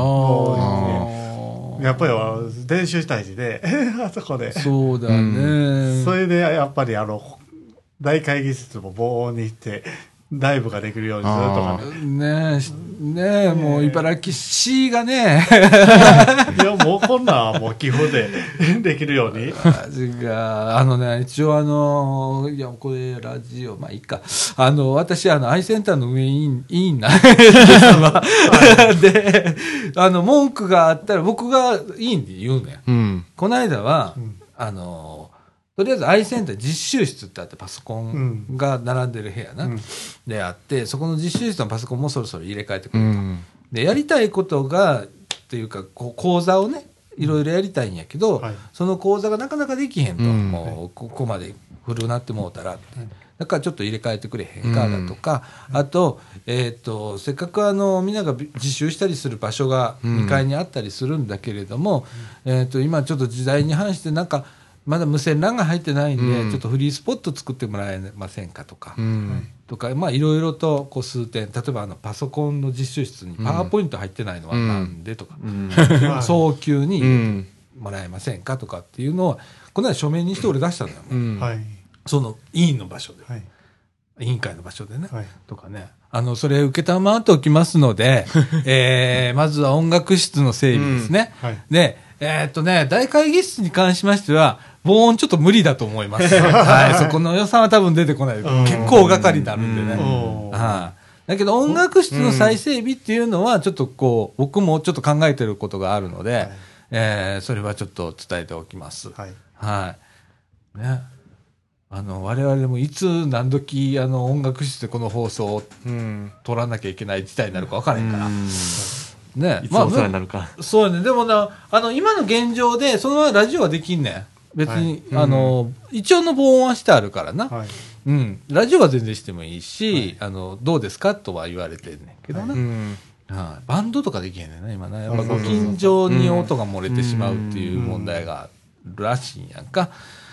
Speaker 4: やっぱり練習したいしね、あそこで。
Speaker 1: そうだね。
Speaker 4: それでやっぱり大会議室も防音にして、ライブができるようにするとか
Speaker 1: ね。もう茨城市がね。
Speaker 4: いや、もうこんなんもう寄付でできるように。
Speaker 1: 一応いや、これラジオ、まあいいか。私、アイセンターの運営委員なんですわ。で、文句があったら僕が委員で言うね。この間は、とりあえずアイセンター実習室ってあってパソコンが並んでる部屋であって、そこの実習室のパソコンもそろそろ入れ替えてくれと。で、やりたいことが、っていうか、講座をね、いろいろやりたいんやけど、その講座がなかなかできへんと。もう、ここまで古なってもうたらって。だからちょっと入れ替えてくれへんかだとか、あと、せっかくみんなが自習したりする場所が2階にあったりするんだけれども、今ちょっと時代に反してなんか、まだ無線 LAN が入ってないんで、ちょっとフリースポット作ってもらえませんかとか、まあいろいろとこう数点、例えばパソコンの実習室にパワーポイント入ってないのはなんでとか、早急にもらえませんかとかっていうのを、この間書面にして俺出したんだよ。その委員の場所で。委員会の場所でね。とかね。それ受けたまっておきますので、まずは音楽室の整備ですね。で、大会議室に関しましては、防音ちょっと無理だと思います。そこの予算は多分出てこない。結構がかりになるんでね。だけど音楽室の再整備っていうのは、ちょっと僕もちょっと考えてることがあるので、それはちょっと伝えておきます。ね。我々もいつ何時音楽室でこの放送を撮らなきゃいけない事態になるか分からへんから。
Speaker 2: ね、いつお世話になるか。
Speaker 1: そうね。でも今の現状で、そのままラジオはできんねん。別に、一応の防音はしてあるからな。ラジオは全然してもいいし、どうですかとは言われてんねんけどな。バンドとかできへんねんな、今な。やっぱご近所に音が漏れてしまうっていう問題があるらしいんやんか。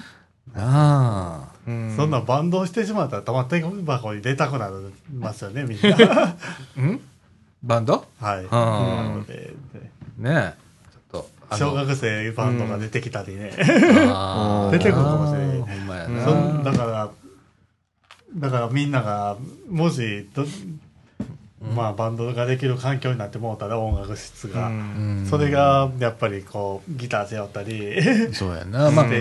Speaker 4: そんなバンドをしてしまったら、たまって箱に出たくなりますよね、みんな。
Speaker 1: バンド？
Speaker 4: はい。
Speaker 1: ねえ。ちょっと。
Speaker 4: 小学生バンドが出てきたりね。出てくるかもしれない。ほんまやな。だからみんなが、もし、まあバンドができる環境になってもうたら音楽室が。それが、やっぱりギター背負ったり。
Speaker 1: そうやな。まあ、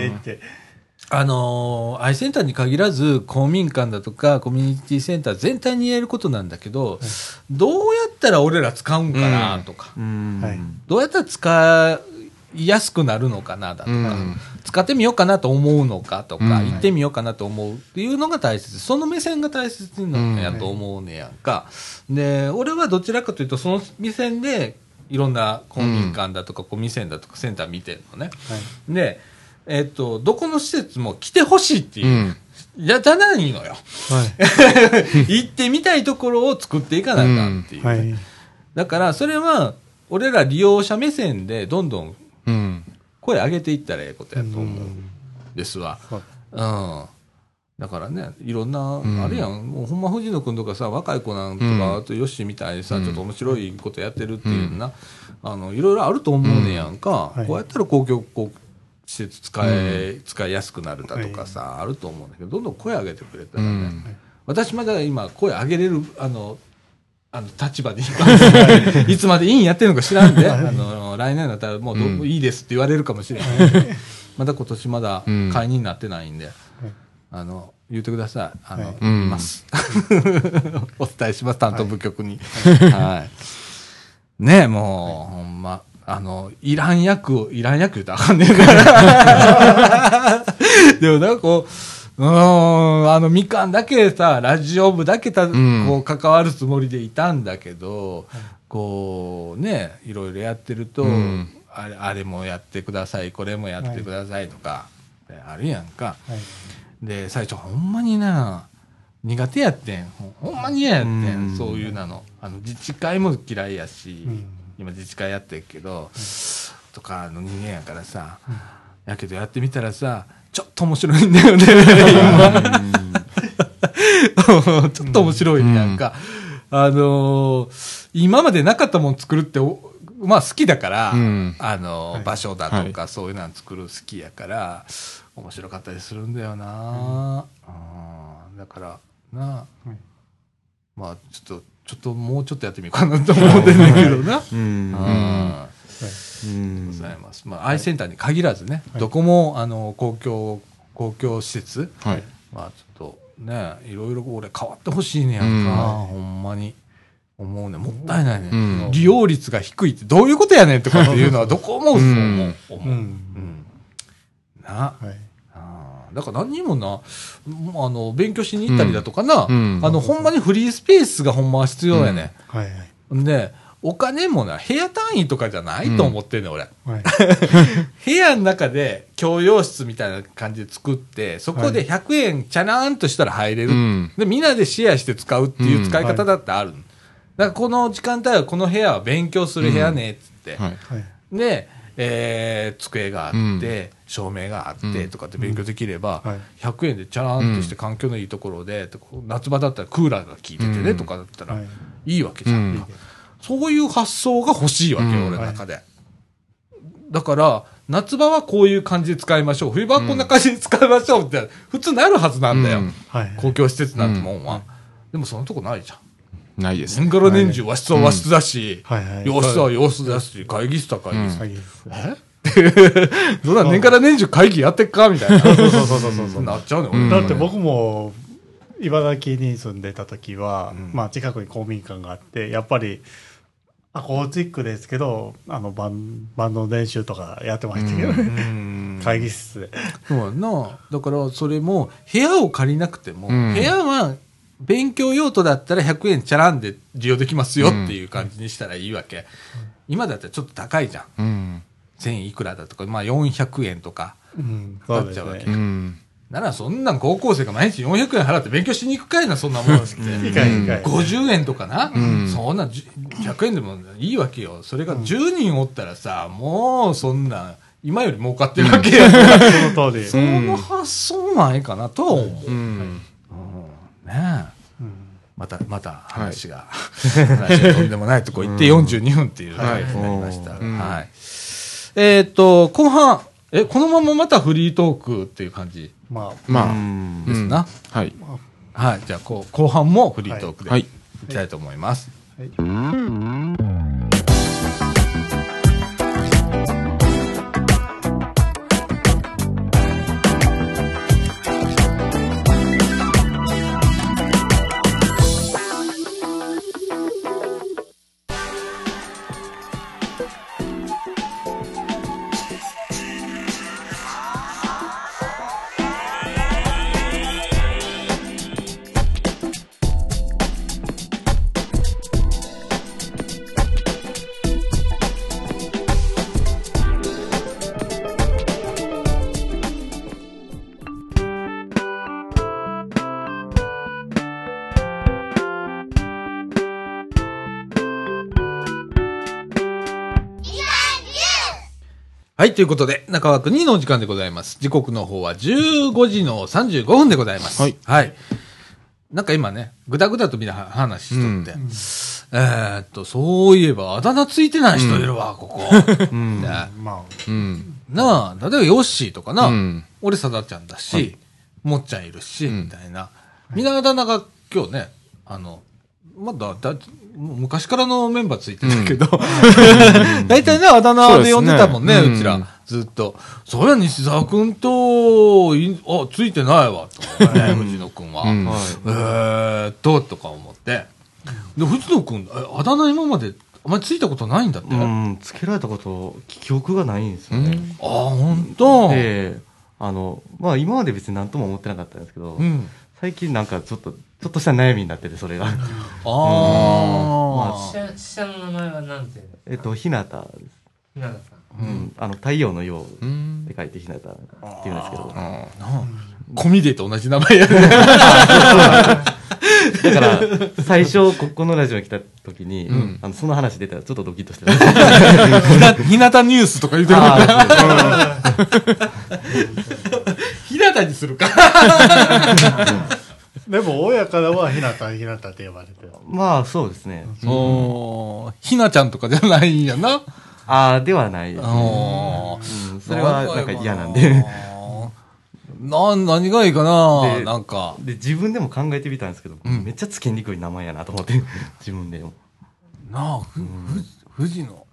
Speaker 1: アイセンターに限らず公民館だとかコミュニティセンター全体に言えることなんだけど、どうやったら俺ら使うんかなとか、どうやったら使いやすくなるのかなだとか、使ってみようかなと思うのかとか、行ってみようかなと思うっていうのが大切。その目線が大切なんやと思うねやんか。で、俺はどちらかというとその目線でいろんな公民館だとかコミセンだとかセンター見てるのね。で、どこの施設も来てほしいっていう。じゃないのよ。行ってみたいところを作っていかなあかんっていう。だから、それは、俺ら利用者目線でどんどん声上げていったらええことやと思うんですわ。だからね、いろんな、あれやん、もうほんま藤野くんとかさ、若い子なんとか、あとヨッシーみたいにさ、ちょっと面白いことやってるっていうな、いろいろあると思うねやんか。こうやったら公共施設使いやすくなるだとかさ、あると思うんだけど、どんどん声上げてくれたらね、 私まだ今声上げれる、立場でいつまで委員やってるのか知らんで、来年だったらもういいですって言われるかもしれない。まだ今年まだ会員になってないんで、言ってください。言います。お伝えします、担当部局に。はい。ねえ、もう、ほんま、いらん役言うたらあかんねえから。でもなんかこう、みかんだけさ、ラジオ部だけこう関わるつもりでいたんだけど、こうね、いろいろやってると、あれもやってください、これもやってくださいとか、あるやんか。で、最初ほんまにな、苦手やってん。ほんまに嫌やってん、そういうの。自治会も嫌いやし、今自治会やってるけど、とかの人間やからさ、やけどやってみたらさ、ちょっと面白いんだよね、今。ちょっと面白いなんか、今までなかったもん作るって、まあ好きだから、場所だとかそういうの作る好きやから、面白かったりするんだよな、だからな、まあちょっともうちょっとやってみようかなと思ってんだけどな。ございます。まあアイセンターに限らずね、どこも公共施設、まあちょっとね、いろいろ俺変わってほしいねやんか、ほんまに思うね。もったいないね。利用率が低いってどういうことやねんとかっていうのはどこもそう思う。な。だから何にもな、勉強しに行ったりだとかな、ほんまにフリースペースがほんまは必要やね。で、お金もな、部屋単位とかじゃないと思ってんね、俺。部屋の中で共用室みたいな感じで作って、そこで100円チャラーンとしたら入れる。で、みんなでシェアして使うっていう使い方だってある。だからこの時間帯はこの部屋は勉強する部屋ね、つって。で、机があって、照明があってとかって勉強できれば、100円でチャラーンとして環境のいいところで、夏場だったらクーラーが効いててねとかだったらいいわけじゃんか。そういう発想が欲しいわけよ、俺の中で。だから、夏場はこういう感じで使いましょう。冬場はこんな感じで使いましょうって、普通なるはずなんだよ。公共施設なんてもんは。でもそのとこないじゃん。
Speaker 5: ないです。
Speaker 1: 年がら年中和室は和室だし、洋室は洋室だし、会議室は会議室。どうだ、年がら年中会議やってっかみたいな。そうなっちゃうね。
Speaker 4: だって僕も、茨城に住んでた時は、まあ近くに公民館があって、やっぱり、アコースティックですけど、バンド練習とかやってましたけどね。会議室で。
Speaker 1: そうやな。だから、それも、部屋を借りなくても、部屋は、勉強用途だったら100円チャランで利用できますよっていう感じにしたらいいわけ。今だったらちょっと高いじゃん。1000いくらだとか、まあ400円とか、かかっちゃうわけ。ならそんなん高校生が毎日400円払って勉強しに行くかいな、そんなもんって。50円とかな、そんな100円でもいいわけよ。それが10人おったらさ、もうそんな、今より儲かってるわけやから。その通り。その発想ないかなとは思う。ねえ。また話がとんでもないとこ行って42分っていう感じになりました。はい。後半、このまままたフリートークっていう感じ。
Speaker 5: まあ、
Speaker 1: ですな。はい。はい。じゃあ、後半もフリートークでいきたいと思います。はい。はい、ということで、中川くんにのお時間でございます。時刻の方は15時の35分でございます。はい。はい。なんか今ね、ぐだぐだとみんな話しとって、そういえば、あだ名ついてない人いるわ、ここ。なあ、例えばヨッシーとかな、俺さだちゃんだし、もっちゃんいるし、みたいな。 みんなあだ名が今日ね、まだ、昔からのメンバーついてたけど、大体ね、あだ名で呼んでたもんね、うちら。ずっと。そうや、西澤くんと、ついてないわ、とかね、藤野くんは。とか思って。で、藤野くん、あだ名今まで、あんまりついたことないんだって。
Speaker 2: つけられたこと、記憶がないんですよね。
Speaker 1: ほんと。
Speaker 2: で、まあ今まで別に何とも思ってなかったんですけど、最近なんかちょっとした悩みになってて、それが。
Speaker 3: 下の名前は何て
Speaker 2: ひなたです。
Speaker 3: ひなたさん。
Speaker 2: 太陽の陽って書いてひなたって言うんですけど。
Speaker 1: コミデと同じ名前やる。
Speaker 2: だから、最初、このラジオに来た時に、その話出たらちょっとドキッとしてた。
Speaker 1: ひなたニュースとか言ってるひなたにするか。
Speaker 4: でも、親からはひなたって呼ばれてる。
Speaker 2: まあ、そうですね。
Speaker 1: ひなちゃんとかじゃないんやな。
Speaker 2: ではないですね。それは、なんか嫌なんで。
Speaker 1: 何がいいかななんか。
Speaker 2: で、自分でも考えてみたんですけど、めっちゃつけにくい名前やなと思って、自分でも。
Speaker 1: 藤野。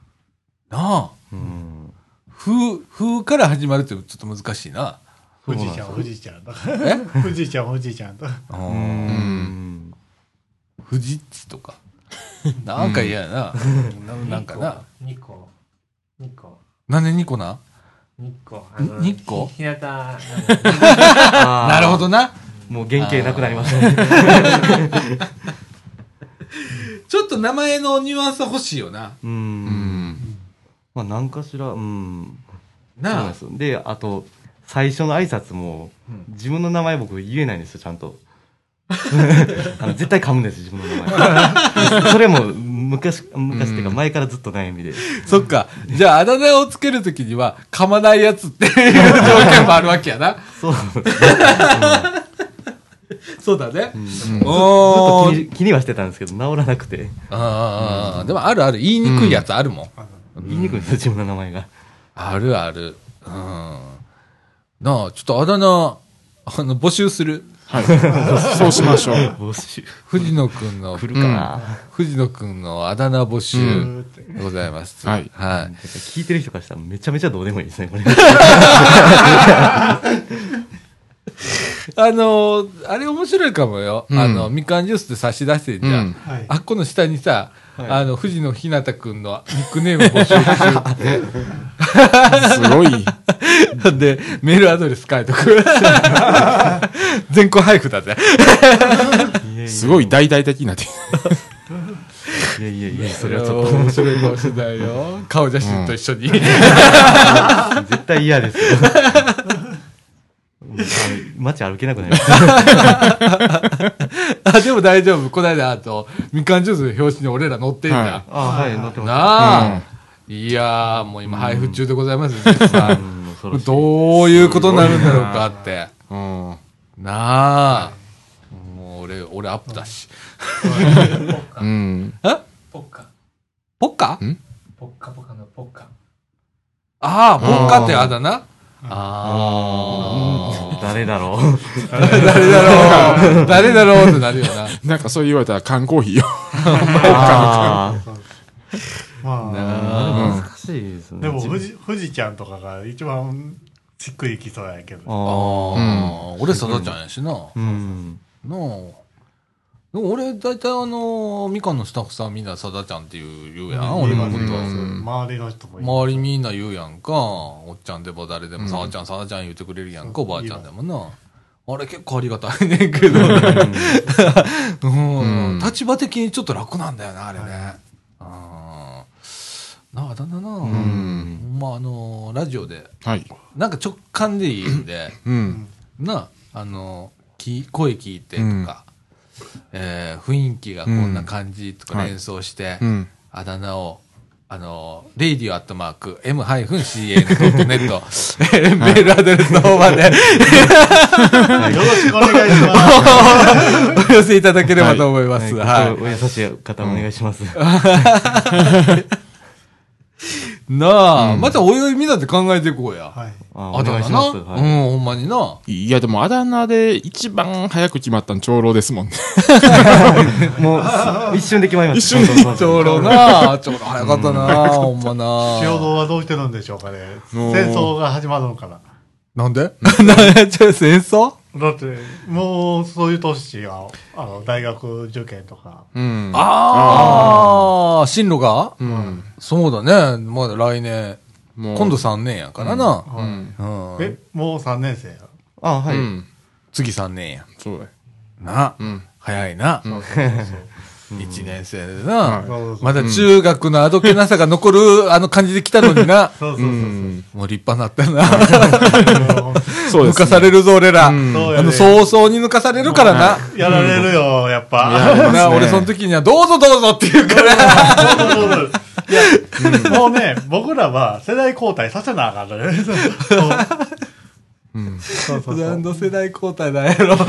Speaker 1: 風から始まるってちょっと難しいな。
Speaker 4: 富士ちゃんとか。富士ちゃんとか。
Speaker 1: 富士っちとか。なんか嫌やな。なんかな。
Speaker 3: 2個。
Speaker 1: なんで2個な
Speaker 3: 日光
Speaker 1: 日光
Speaker 3: 日向な
Speaker 1: るほどな。
Speaker 2: もう原型なくなりましたね。
Speaker 1: ちょっと名前のニュアンス欲しいよな。
Speaker 2: まあ何かしら、
Speaker 1: なあ。
Speaker 2: で、あと、最初の挨拶も、自分の名前僕言えないんですよ、ちゃんと。絶対噛むんです、自分の名前。それも、昔っていうか前からずっと悩みで。
Speaker 1: そっか。じゃあ、あだ名をつけるときには、噛まないやつっていう条件もあるわけやな。
Speaker 2: そう。
Speaker 1: そうだね。
Speaker 2: ずっと気にはしてたんですけど、治らなくて。
Speaker 1: でもある、言いにくいやつあるもん。
Speaker 2: 言いにくいんですよ、自分の名前が。
Speaker 1: ある。なあ、ちょっとあだ名、募集する。
Speaker 5: はい。そうしましょう。
Speaker 2: 募集。
Speaker 1: 藤野くんの、
Speaker 2: 来るかな。
Speaker 1: 藤野くんのあだ名募集でございます。
Speaker 5: はい。
Speaker 2: 聞いてる人からしたらめちゃめちゃどうでもいいですね、これ。
Speaker 1: あれ面白いかもよ。みかんジュースで差し出してんじゃん。あっこの下にさ、藤野ひなたくんのニックネーム募集中。
Speaker 5: すごい。
Speaker 1: で、メールアドレス書いとく。全校配布だぜ。
Speaker 5: すごい大々的な。
Speaker 2: いや、それはちょっと
Speaker 1: 面白いかもしれないよ。顔写真と一緒に。
Speaker 2: 絶対嫌ですよ。街歩けなくなりました。
Speaker 1: でも大丈夫。この間、みかんジュースの表紙に俺ら載ってんだ。
Speaker 2: はい、載ってます。
Speaker 1: なあ。いやー、もう今配布中でございます。どういうことになるんだろうかって。なあ。もう俺アップだし。
Speaker 3: ポッカ
Speaker 1: ポッカ
Speaker 3: ポッカポカのポッカ。
Speaker 1: ああ、ポッカってあだな。
Speaker 2: 誰だろう
Speaker 1: 誰だろうってなるよな。
Speaker 5: なんかそう言われたら缶コーヒーよ。
Speaker 2: 難しいですね。
Speaker 4: でも富士ちゃんとかが一番しっくりきそうやけど。
Speaker 1: 俺さだちゃんやしな。でも俺大体みかんのスタッフさんみんなさだちゃんって言うやん、俺のことは。
Speaker 4: 周りの人も
Speaker 1: 周りみんな言うやんか。おっちゃんでも誰でもさだちゃん言ってくれるやんか、おばあちゃんでもな。あれ結構ありがたいねんけど。立場的にちょっと楽なんだよな、あれね。なあ、だんだな。まあラジオで、なんか直感でいいんで、なあ、声聞いてとか、雰囲気がこんな感じとか連想して、あだ名を、radio@m-can.net メールアドレスの方までよろ
Speaker 4: しくお願いします。
Speaker 1: お寄せいただければと思います。
Speaker 2: お優しい方お願いします。
Speaker 1: なあ、またおいおいみんなで考えていこうや。
Speaker 2: はい。
Speaker 1: あだ名な。うん、ほんまにな。
Speaker 5: いや、でもあだ名で一番早く決まったの長老ですもんね。
Speaker 2: もう、一瞬で決まりました。
Speaker 5: 一瞬で
Speaker 1: 長老な。長老早かったな、ほんまな。
Speaker 4: 塩道はどうしてるんでしょうかね。戦争が始まるのかな。
Speaker 1: なんで戦争
Speaker 4: だって、もう、そういう年は、大学受験とか。
Speaker 5: うん。
Speaker 1: ああ、進路が
Speaker 5: うん。
Speaker 1: そうだね。まだ来年。今度3年やからな。
Speaker 5: うん。
Speaker 4: もう3年生や。
Speaker 2: あ、はい。
Speaker 1: 次3年や。
Speaker 5: そうや。
Speaker 1: な。
Speaker 5: うん。
Speaker 1: 早いな。
Speaker 4: そうそうそう。
Speaker 1: 1年生でな。まだ中学のあどけなさが残るあの感じで来たのにな。
Speaker 4: そうそうそう。
Speaker 1: もう立派になったよな。
Speaker 5: そうです。
Speaker 1: 抜かされるぞ、俺ら。早々に抜かされるからな。
Speaker 4: やられるよ、やっぱ。
Speaker 1: 俺その時には、どうぞどうぞって言うから。
Speaker 4: いや、もうね、僕らは世代交代させなあかんのね。そうそう。
Speaker 1: 何の世代交代なんやろ。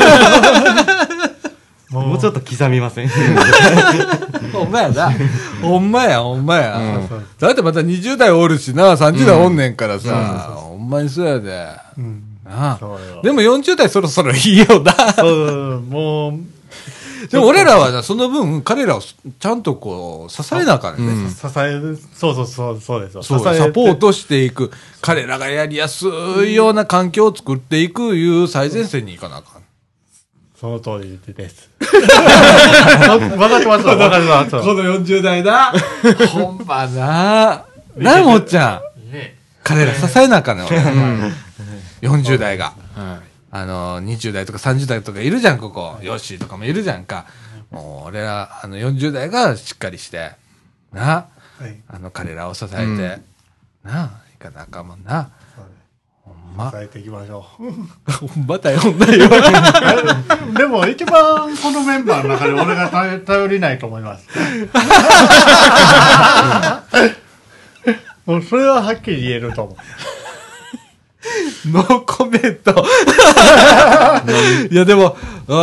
Speaker 2: もうちょっと刻みません。
Speaker 1: ほんまやな。ほんまや。だってまた20代おるしな、30代おんねんからさ。ほんまにそうやで。でも40代そろそろいいよな。
Speaker 4: もう、
Speaker 1: でも俺らはその分、彼らをちゃんとこう、支えなあかんね。
Speaker 4: 支える、そうですよ。
Speaker 1: サポートしていく。彼らがやりやすいような環境を作っていくいう最前線に行かなあかん。
Speaker 4: その通りです。わかります。この
Speaker 1: 40代だ。ほんまな。なあ、もっちゃん。彼ら支えなあかんねん、俺。40代が。20代とか30代とかいるじゃん、ここ。ヨッシーとかもいるじゃんか。もう、俺ら、40代がしっかりして、な。彼らを支えて、なあ、いかなあかんもんな。
Speaker 4: 支えていきましょう。
Speaker 1: ほんまだよ、ほんまよ。
Speaker 4: でも、一番このメンバーの中で俺が頼りないと思います。もうそれははっきり言えると思う。
Speaker 1: ノーコメント。いや、でも、こ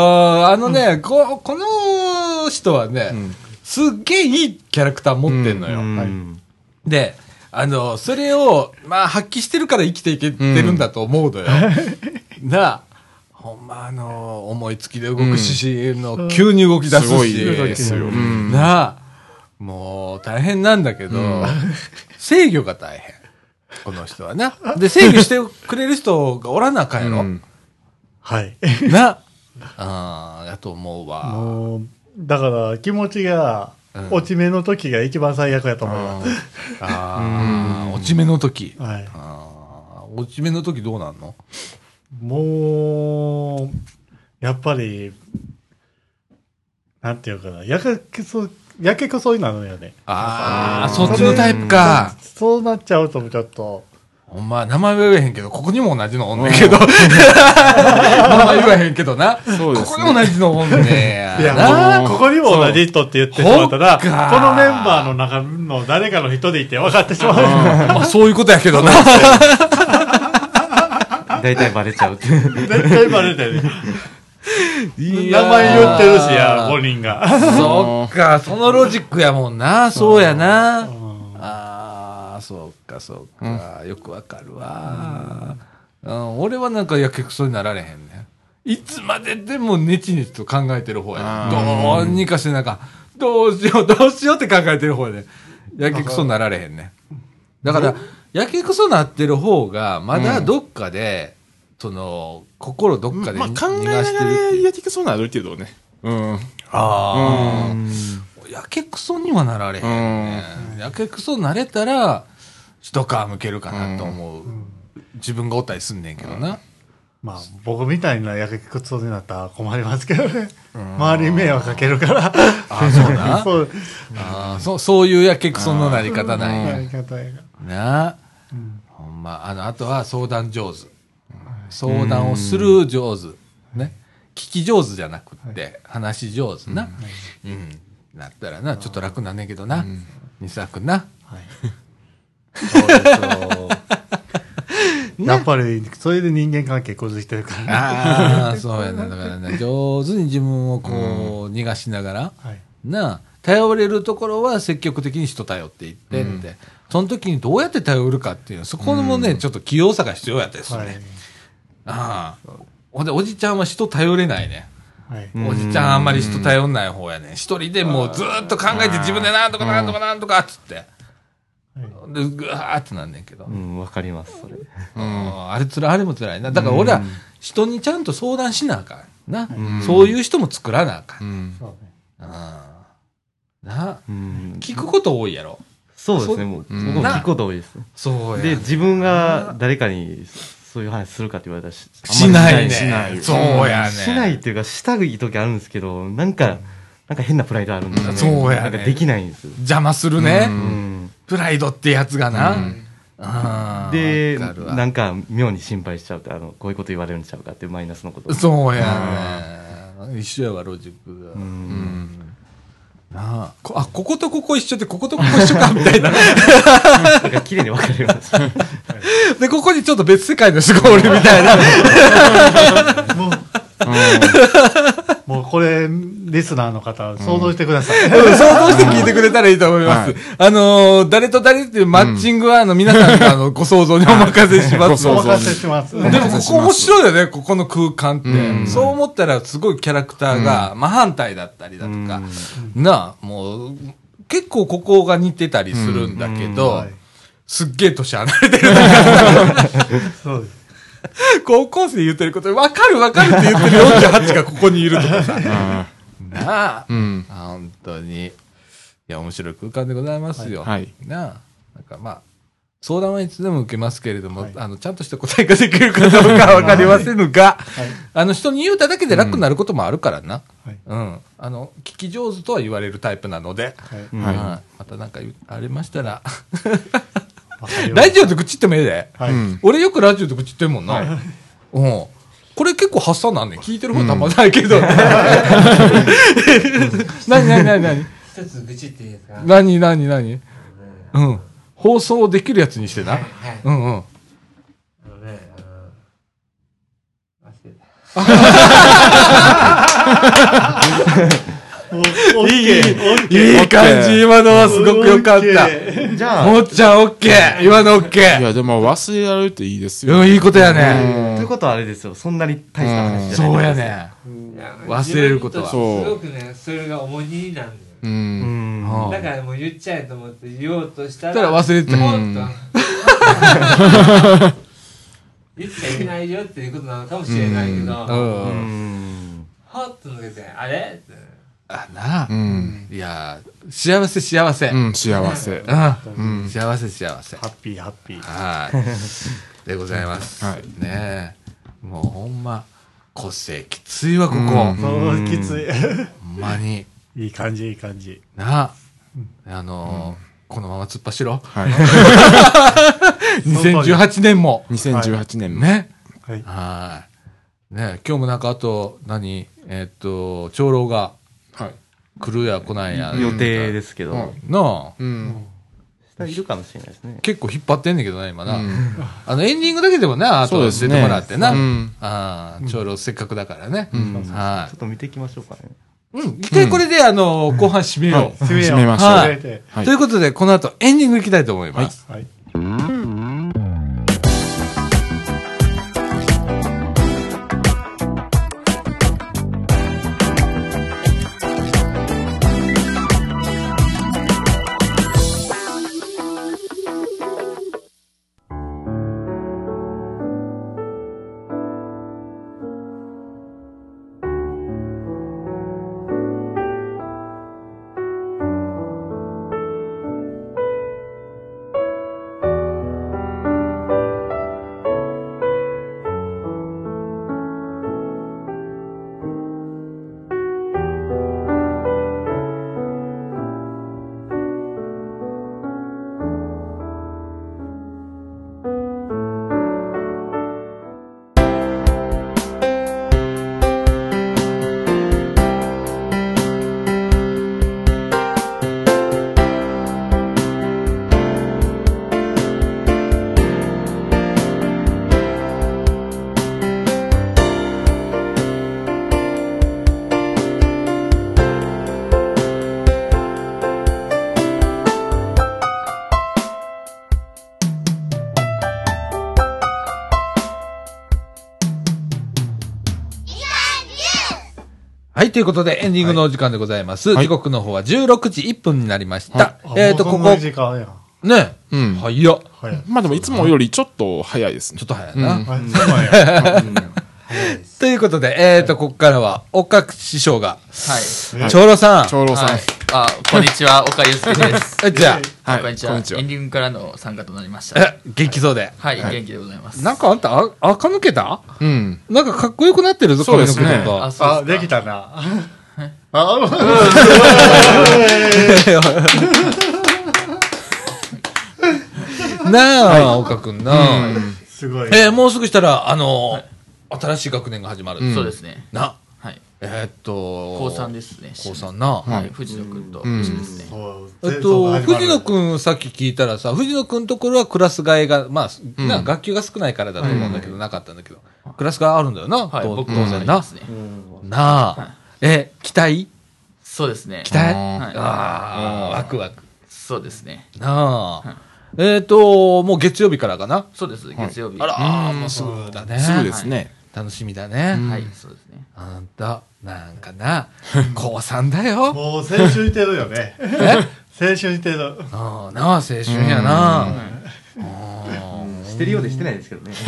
Speaker 1: の人はね、すっげえいいキャラクター持ってんのよ。で、それを、まあ、発揮してるから生きていけてるんだと思うのよ。なあ、ほんま思いつきで動くし、急に動き出すし。すごいですよ。なあ、もう大変なんだけど、制御が大変。この人はな。で、制御してくれる人がおらなあかんやろ。
Speaker 4: はい。
Speaker 1: な。やと思うわ。
Speaker 4: もう、だから気持ちが、落ち目の時が一番最悪やと思います。
Speaker 1: 落ち目の時。
Speaker 4: はい。
Speaker 1: 落ち目の時どうなんの？
Speaker 4: もう、やっぱり、なんていうかな、やけくそになるよね。
Speaker 1: そっちのタイプか。
Speaker 4: そうなっちゃうとちょっと。
Speaker 1: ほんま、名前は言えへんけど、ここにも同じのおんねんけど。名前言わへんけどな。そうですね。ここにも同じのおんねん。
Speaker 4: いや、ここにも同じ人って言ってしまったら、このメンバーの中の誰かの人でいて分かってしまう。
Speaker 1: まあ、そういうことやけどな。
Speaker 2: 大体バレちゃうって。
Speaker 4: 絶対バレてる。名前言ってるしや、5人が。
Speaker 1: そっか、そのロジックやもんな。そうやな。そうか。よくわかるわ。俺はなんかやけくそになられへんね。いつまででもネチネチと考えてる方や。どうにかしてなんか、どうしようって考えてる方やね。やけくそになられへんね。だから、やけくそなってる方が、まだどっかで、心どっかで
Speaker 5: 逃がしてる。考えながらやけくそになるけどね。
Speaker 1: やけくそにはなられへんね。やけくそなれたら、一皮むけるかなと思う。自分がおったりすんねんけどな。
Speaker 4: まあ、僕みたいなやけくそになったら困りますけどね。周りに迷惑かけるから。
Speaker 1: そういうやけくそのなり方なんや。なあ。ほんま、あとは相談上手。相談をする上手。ね。聞き上手じゃなくって、話上手な。なったらな、ちょっと楽なんねんけどな。西田君な。
Speaker 2: そうですよ。
Speaker 4: やっぱり、それで人間関係崩してるから。
Speaker 1: そうやな。だからね、上手に自分をこう、逃がしながら、なあ、 頼れるところは積極的に人頼っていってって、その時にどうやって頼るかっていう、そこもね、ちょっと器用さが必要やったですよね。ほんで、おじちゃんは人頼れないね。おじちゃんあんまり人頼んない方やね。一人でもうずーっと考えて自分でなんとかなんとかなんとかっつって。で、ぐわーってなんねんけど。
Speaker 2: わかります、それ。
Speaker 1: あれあれも辛いな。だから俺は人にちゃんと相談しなあかんな。そういう人も作らなあかん。聞くこと多いやろ。
Speaker 2: そうですね、もう。僕も聞くこと多いです。
Speaker 1: そうや。
Speaker 2: で、自分が誰かにそういう話するかって言われたら
Speaker 1: しないね。そうやね。
Speaker 2: しないっていうか、したい時あるんですけど、なんか変なプライドあるんですよね。
Speaker 1: そうやね。
Speaker 2: なんかできないんです。
Speaker 1: 邪魔するね。プライドってやつがな。
Speaker 2: で、なんか妙に心配しちゃうと、こういうこと言われるんちゃうかっていうマイナスのこと。
Speaker 1: そうやね。一緒やわ、ロジックが。こことここ一緒で、こことここ一緒か、みたいな。
Speaker 2: なんか綺麗に分かれます。
Speaker 1: で、ここにちょっと別世界の人がおるみたいな。
Speaker 4: もうこれ、リスナーの方、想像してください。
Speaker 1: 想像して聞いてくれたらいいと思います。誰と誰っていうマッチングは、皆さんのご想像にお任せします。
Speaker 4: お任せします。
Speaker 1: でも、ここ面白いよね、ここの空間って。そう思ったら、すごいキャラクターが真反対だったりだとか、もう、結構ここが似てたりするんだけど、すっげえ年離れてる。
Speaker 4: そうです。
Speaker 1: 高校生言ってること、わかるって言ってる48がここにいるとかさ。なあ。本当に。いや、面白い空間でございますよ。なあ。なんかまあ、相談はいつでも受けますけれども、ちゃんとした答えができるかどうかはわかりませんが、人に言うただけで楽になることもあるからな。聞き上手とは言われるタイプなので、またなんかありましたら、ラジオで愚痴ってもええで。俺よくラジオで愚痴ってるもんな。これ結構発散なんねん。聞いてる方たまんないけど。何
Speaker 3: 一つ愚痴っていいですか？
Speaker 1: 何放送できるやつにしてな。忘れた。いい感じ、今のはすごく良かった。じゃあ、もっちゃんオッケー。今のオッケー。
Speaker 5: いや、でも忘れられるっていいですよ。
Speaker 1: いいことやね。
Speaker 2: ということはあれですよ。そんなに大した話じゃない。
Speaker 1: そうやね。忘れることは。
Speaker 3: すごくね、それが重荷なんだよ。だからもう言っちゃえと思って言おうとしたら、
Speaker 1: 忘れてた。
Speaker 3: 言っちゃいけないよっていうことなのかもしれないけど、はっと抜けて、あれって。
Speaker 1: なあ。いや、幸せ。幸せ。
Speaker 5: 幸せ。
Speaker 1: 幸せ。ハ
Speaker 4: ッピー。
Speaker 1: はい。でございます。ねえ。もうほんま、個性きついわ、ここ。
Speaker 4: そう、きつい。
Speaker 1: ほんまに。
Speaker 4: いい感じ。
Speaker 1: なあ。このまま突っ走ろう。2018年も。
Speaker 5: 2018年も。
Speaker 1: ね。はい。ね今日もなんかあと、長老が、来るや来ないや。
Speaker 2: 予定ですけど。
Speaker 1: なあ。
Speaker 2: 下いるかもしれないですね。
Speaker 1: 結構引っ張ってんねんけどな、今な。エンディングだけでもな、あと出てもらってな。長老せっかくだからね。ちょ
Speaker 2: っと見ていきましょうかね。
Speaker 1: 一回これで、後半締めよう。
Speaker 5: 締めましょう。
Speaker 1: ということで、この後エンディングいきたいと思います。 はい、ということでエンディングのお時間でございます。時刻の方は16時1分になりました。ここ。ね。早っ。
Speaker 5: まあでもいつもよりちょっと早いですね。
Speaker 1: ちょっと早いな。ということで、ここからは、岡師匠が。はい。長老さん。
Speaker 5: 長老さん。
Speaker 6: あ、こんにちは、岡祐介です。
Speaker 1: じゃ
Speaker 6: あ、こんにちは。エンディングからの参加となりました。
Speaker 1: 元気そうで。
Speaker 6: はい、元気でございます。
Speaker 1: なんかあんた、垢抜けたうん。なんかかっこよくなってるぞ、
Speaker 5: そうですね。
Speaker 4: あ、できたな。
Speaker 1: なあ、岡くんな。
Speaker 4: すごい。
Speaker 1: もうすぐしたら、新しい学年が始まる。
Speaker 6: そうですね。
Speaker 1: な。
Speaker 6: はい。
Speaker 1: 高
Speaker 6: 3ですね。
Speaker 1: 高3な。
Speaker 6: はい。藤野くんと一緒ですね。
Speaker 1: 藤野くんさっき聞いたらさ、藤野くんのところはクラス替えが、まあ、学級が少ないからだと思うんだけど、なかったんだけど、クラス替えあるんだよな。
Speaker 6: はい、
Speaker 1: 当然な。なあ。期待
Speaker 6: そうですね。
Speaker 1: 期待ああ、ワクワク。
Speaker 6: そうですね。
Speaker 1: なあ。もう月曜日からかな。
Speaker 6: そうです、月曜日。
Speaker 1: あら、もうすぐだね。
Speaker 5: すぐですね。
Speaker 1: 楽しみだね。
Speaker 6: はい、そうですね。
Speaker 1: あんた、なんかな、高3だよ。
Speaker 4: もう青春してるよね。青春してる。
Speaker 1: ああ、なあ、青春やな。
Speaker 2: してるようでしてないですけどね。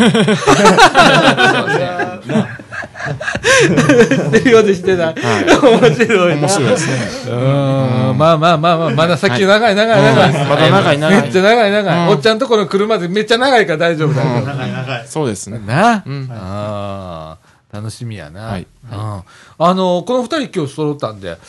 Speaker 1: してるようでしてない。面白い。
Speaker 5: 面白いですね。
Speaker 1: まあ、まだ先長い。
Speaker 5: まだ長い。
Speaker 1: めっちゃ長い。おっちゃんとこの車でめっちゃ長いから大丈夫だよ。
Speaker 4: 長い。
Speaker 5: そうですね。
Speaker 1: なあ。楽しみやな。この二人今日揃ったんで、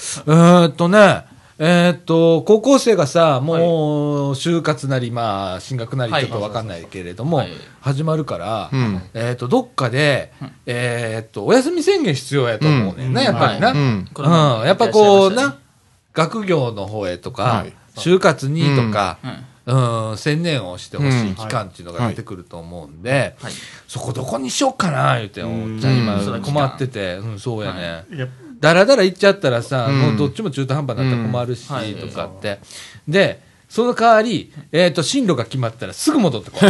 Speaker 1: 高校生がさ、もう、就活なり、まあ、進学なり、ちょっとわかんないけれども、始まるから、どっかで、お休み宣言必要やと思うねんな、やっぱりな。やっぱこうな、学業の方へとか、就活にとか、専念をしてほしい期間っていうのが出てくると思うんで、そこどこにしよっかな、言うて、おっちゃん今困ってて、そうやね。だらだら行っちゃったらさ、もうどっちも中途半端になったら困るし、とかって。で、その代わり、進路が決まったらすぐ戻ってこい。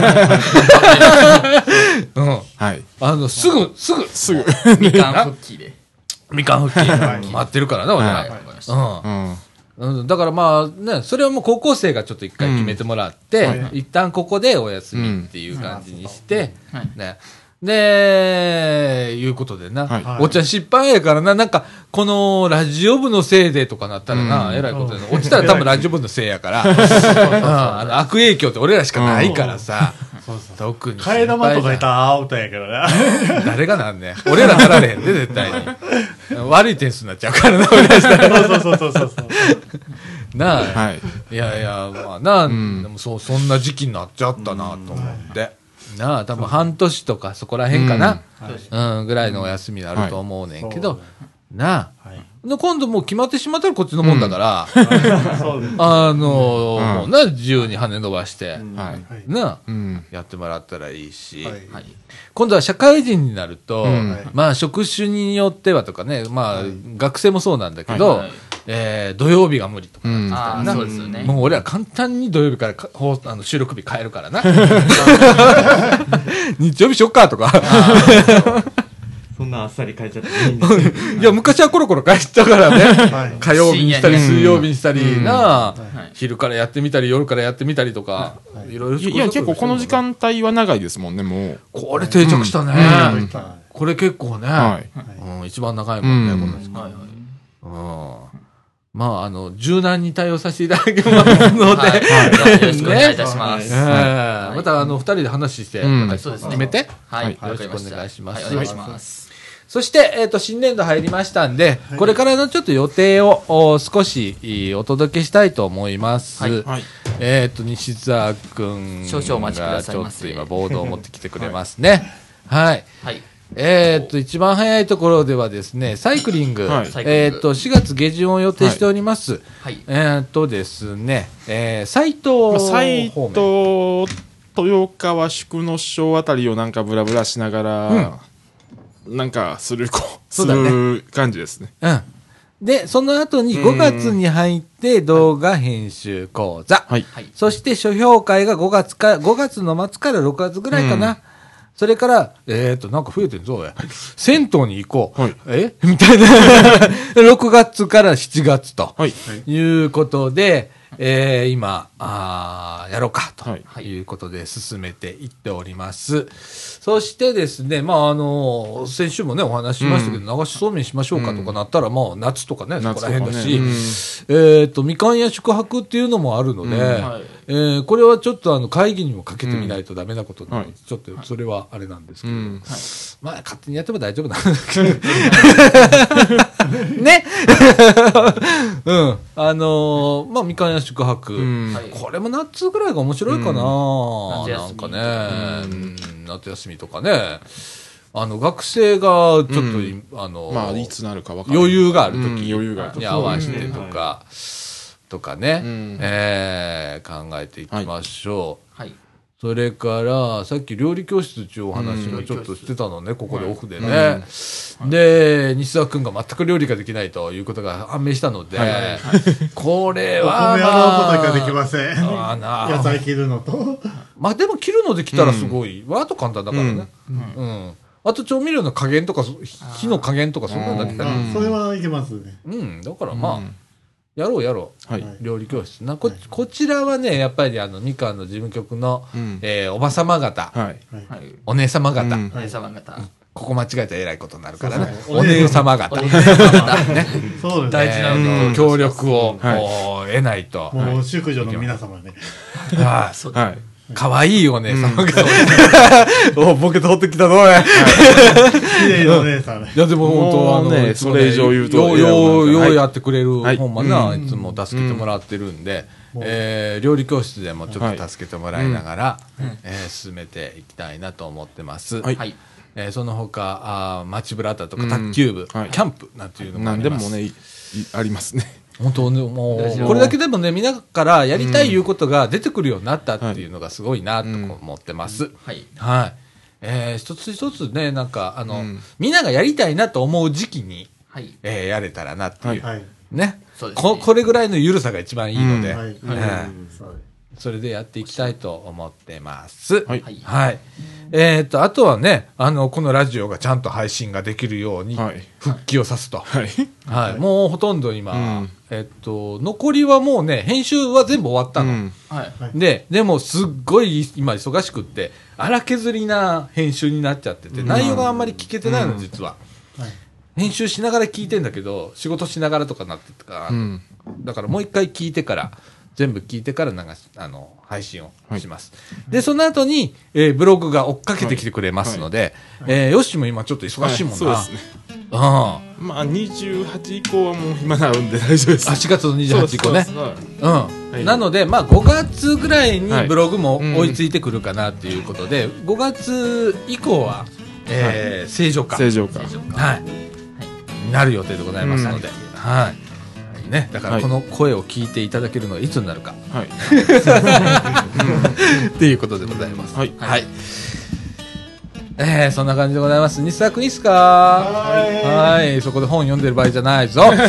Speaker 1: すぐ。
Speaker 6: みかん復帰で。
Speaker 1: みかん復帰。待ってるからな、俺は。だからまあね、それはもう高校生がちょっと一回決めてもらって、一旦ここでお休みっていう感じにして、ね。で、いうことでな。おっちゃん失敗やからな。なんか、このラジオ部のせいでとかなったらな、えらいことやな。落ちたら多分ラジオ部のせいやから。悪影響って俺らしかないからさ。特に。
Speaker 4: 替え玉とかいたらアウトやけどな。
Speaker 1: 誰がなんねん。俺らなられへんで、絶対に。悪い点数になっちゃうからな、俺らしたら。そう。なあ。いや、まあなあ、でもそんな時期になっちゃったな、と思って。なあ、多分半年とかそこら辺かな。ぐらいのお休みあると思うねんけど、なあ。今度もう決まってしまったらこっちのもんだから、もうな、自由に羽伸ばして、なあ、やってもらったらいいし、今度は社会人になると、まあ職種によってはとかね、まあ学生もそうなんだけど、土曜日が無理とかな。
Speaker 6: そうですよね。
Speaker 1: もう俺ら簡単に土曜日から収録日変えるからな。日曜日しよっかとか。
Speaker 2: そんなあっさり変えちゃっていいんです
Speaker 1: いや、昔はコロコロ変えたからね。火曜日にしたり、水曜日にしたりな、昼からやってみたり、夜からやってみたりとか、いろいろ。
Speaker 5: いや、結構この時間帯は長いですもんね、もう。
Speaker 1: これ定着したね。これ結構ね。一番長いもんね、この時間。まあ、柔軟に対応させていただきますので、
Speaker 6: よろしくお願いいたします。
Speaker 1: また、二人で話して、決めて、
Speaker 6: はい、
Speaker 1: よろしくお願いします。
Speaker 6: お願いします。
Speaker 1: そして、新年度入りましたんで、これからのちょっと予定を少しお届けしたいと思います。西澤くんがちょっと今ボードを持ってきてくれますね。はい。一番早いところではですね、サイクリング、4月下旬を予定しております。ですね、斉藤
Speaker 5: 豊川宿野省あたりをなんかブラブラしながら、なんかする感じですね。
Speaker 1: で、その後に5月に入って動画編集講座。そして書評会が5月の末から6月ぐらいかな。 それから、なんか増えてんぞ、銭湯に行こう。
Speaker 5: はい、
Speaker 1: みたいな。6月から7月と。
Speaker 5: はい。
Speaker 1: いうことで、今、やろうか、ということで進めていっております。そしてですね、先週もね、お話ししましたけど、流しそうめんしましょうかとかなったら、夏とかね、そこら辺だし、みかん屋宿泊っていうのもあるので、これはちょっと会議にもかけてみないとダメなことなので、ちょっとそれはあれなんですけど、勝手にやっても大丈夫なんですけど、ねみかん屋宿泊、これも夏ぐらいが面白いかな、なんかね、夏休みとかね、学生がちょっと、
Speaker 5: いつなるか分からない
Speaker 1: 余裕がある時に合わせてとかね、考えていきましょう。それからさっき料理教室っていうお話もちょっとしてたのね、ここでオフでね、で西澤君が全く料理ができないということが判明したので、これは
Speaker 7: お米洗うことができません。野菜切るのと、
Speaker 1: でも切るのできたらすごい、あと簡単だからね、あと調味料の加減とか火の加減とかそんなのだけだね、
Speaker 7: それはいけますね。
Speaker 1: だからやろう、料理教室な。こちらはね、やっぱりみかんの事務局の、おばさま方、お姉様方、ここ間違えたらえらいことになるからね、お姉様方、大事な協力を得ないと。
Speaker 7: もう宿女の皆様ね。
Speaker 1: かわいいお姉様が。ボケ取ってきたぞ、
Speaker 7: 綺麗なお姉さん。
Speaker 1: いや、でも本当
Speaker 5: それ以上言うと。
Speaker 1: ようやってくれる、ほんまな、いつも助けてもらってるんで、料理教室でもちょっと助けてもらいながら、進めていきたいなと思ってます。その他、街ブラタとか卓球部、キャンプなんていうのもあります。
Speaker 5: 何でもね、ありますね。
Speaker 1: 本当ね、もうこれだけでもね、みんなからやりたいいうことが出てくるようになったっていうのがすごいなと思ってます。一つ一つね、なんかみんながやりたいなと思う時期にやれたらなっていうね、これぐらいの緩さが一番いいので、それでやっていきたいと思ってます。あとはね、このラジオがちゃんと配信ができるように復帰をさすと。もうほとんど今、残りはもうね、編集は全部終わったの。でもすっごい今忙しくって、荒削りな編集になっちゃってて、内容があんまり聞けてないの、実は。編集しながら聞いてんだけど、仕事しながらとかなってたから、だからもう一回聞いてから、全部聞いてから配信をします。で、その後に、ブログが追っかけてきてくれますので、ヨッシーも今ちょっと忙しいもんな。
Speaker 5: そうですね。28以降はもう暇なるんで大丈夫です。
Speaker 1: 4月の28以降ね。なので、5月ぐらいにブログも追いついてくるかなっていうことで、5月以降は、正常化。なる予定でございますので、ね、だからこの声を聞いていただけるのはいつになるか、っていうことでございます。そんな感じでございます。西澤君いいっすか？そこで本読んでる場合じゃないぞ。もう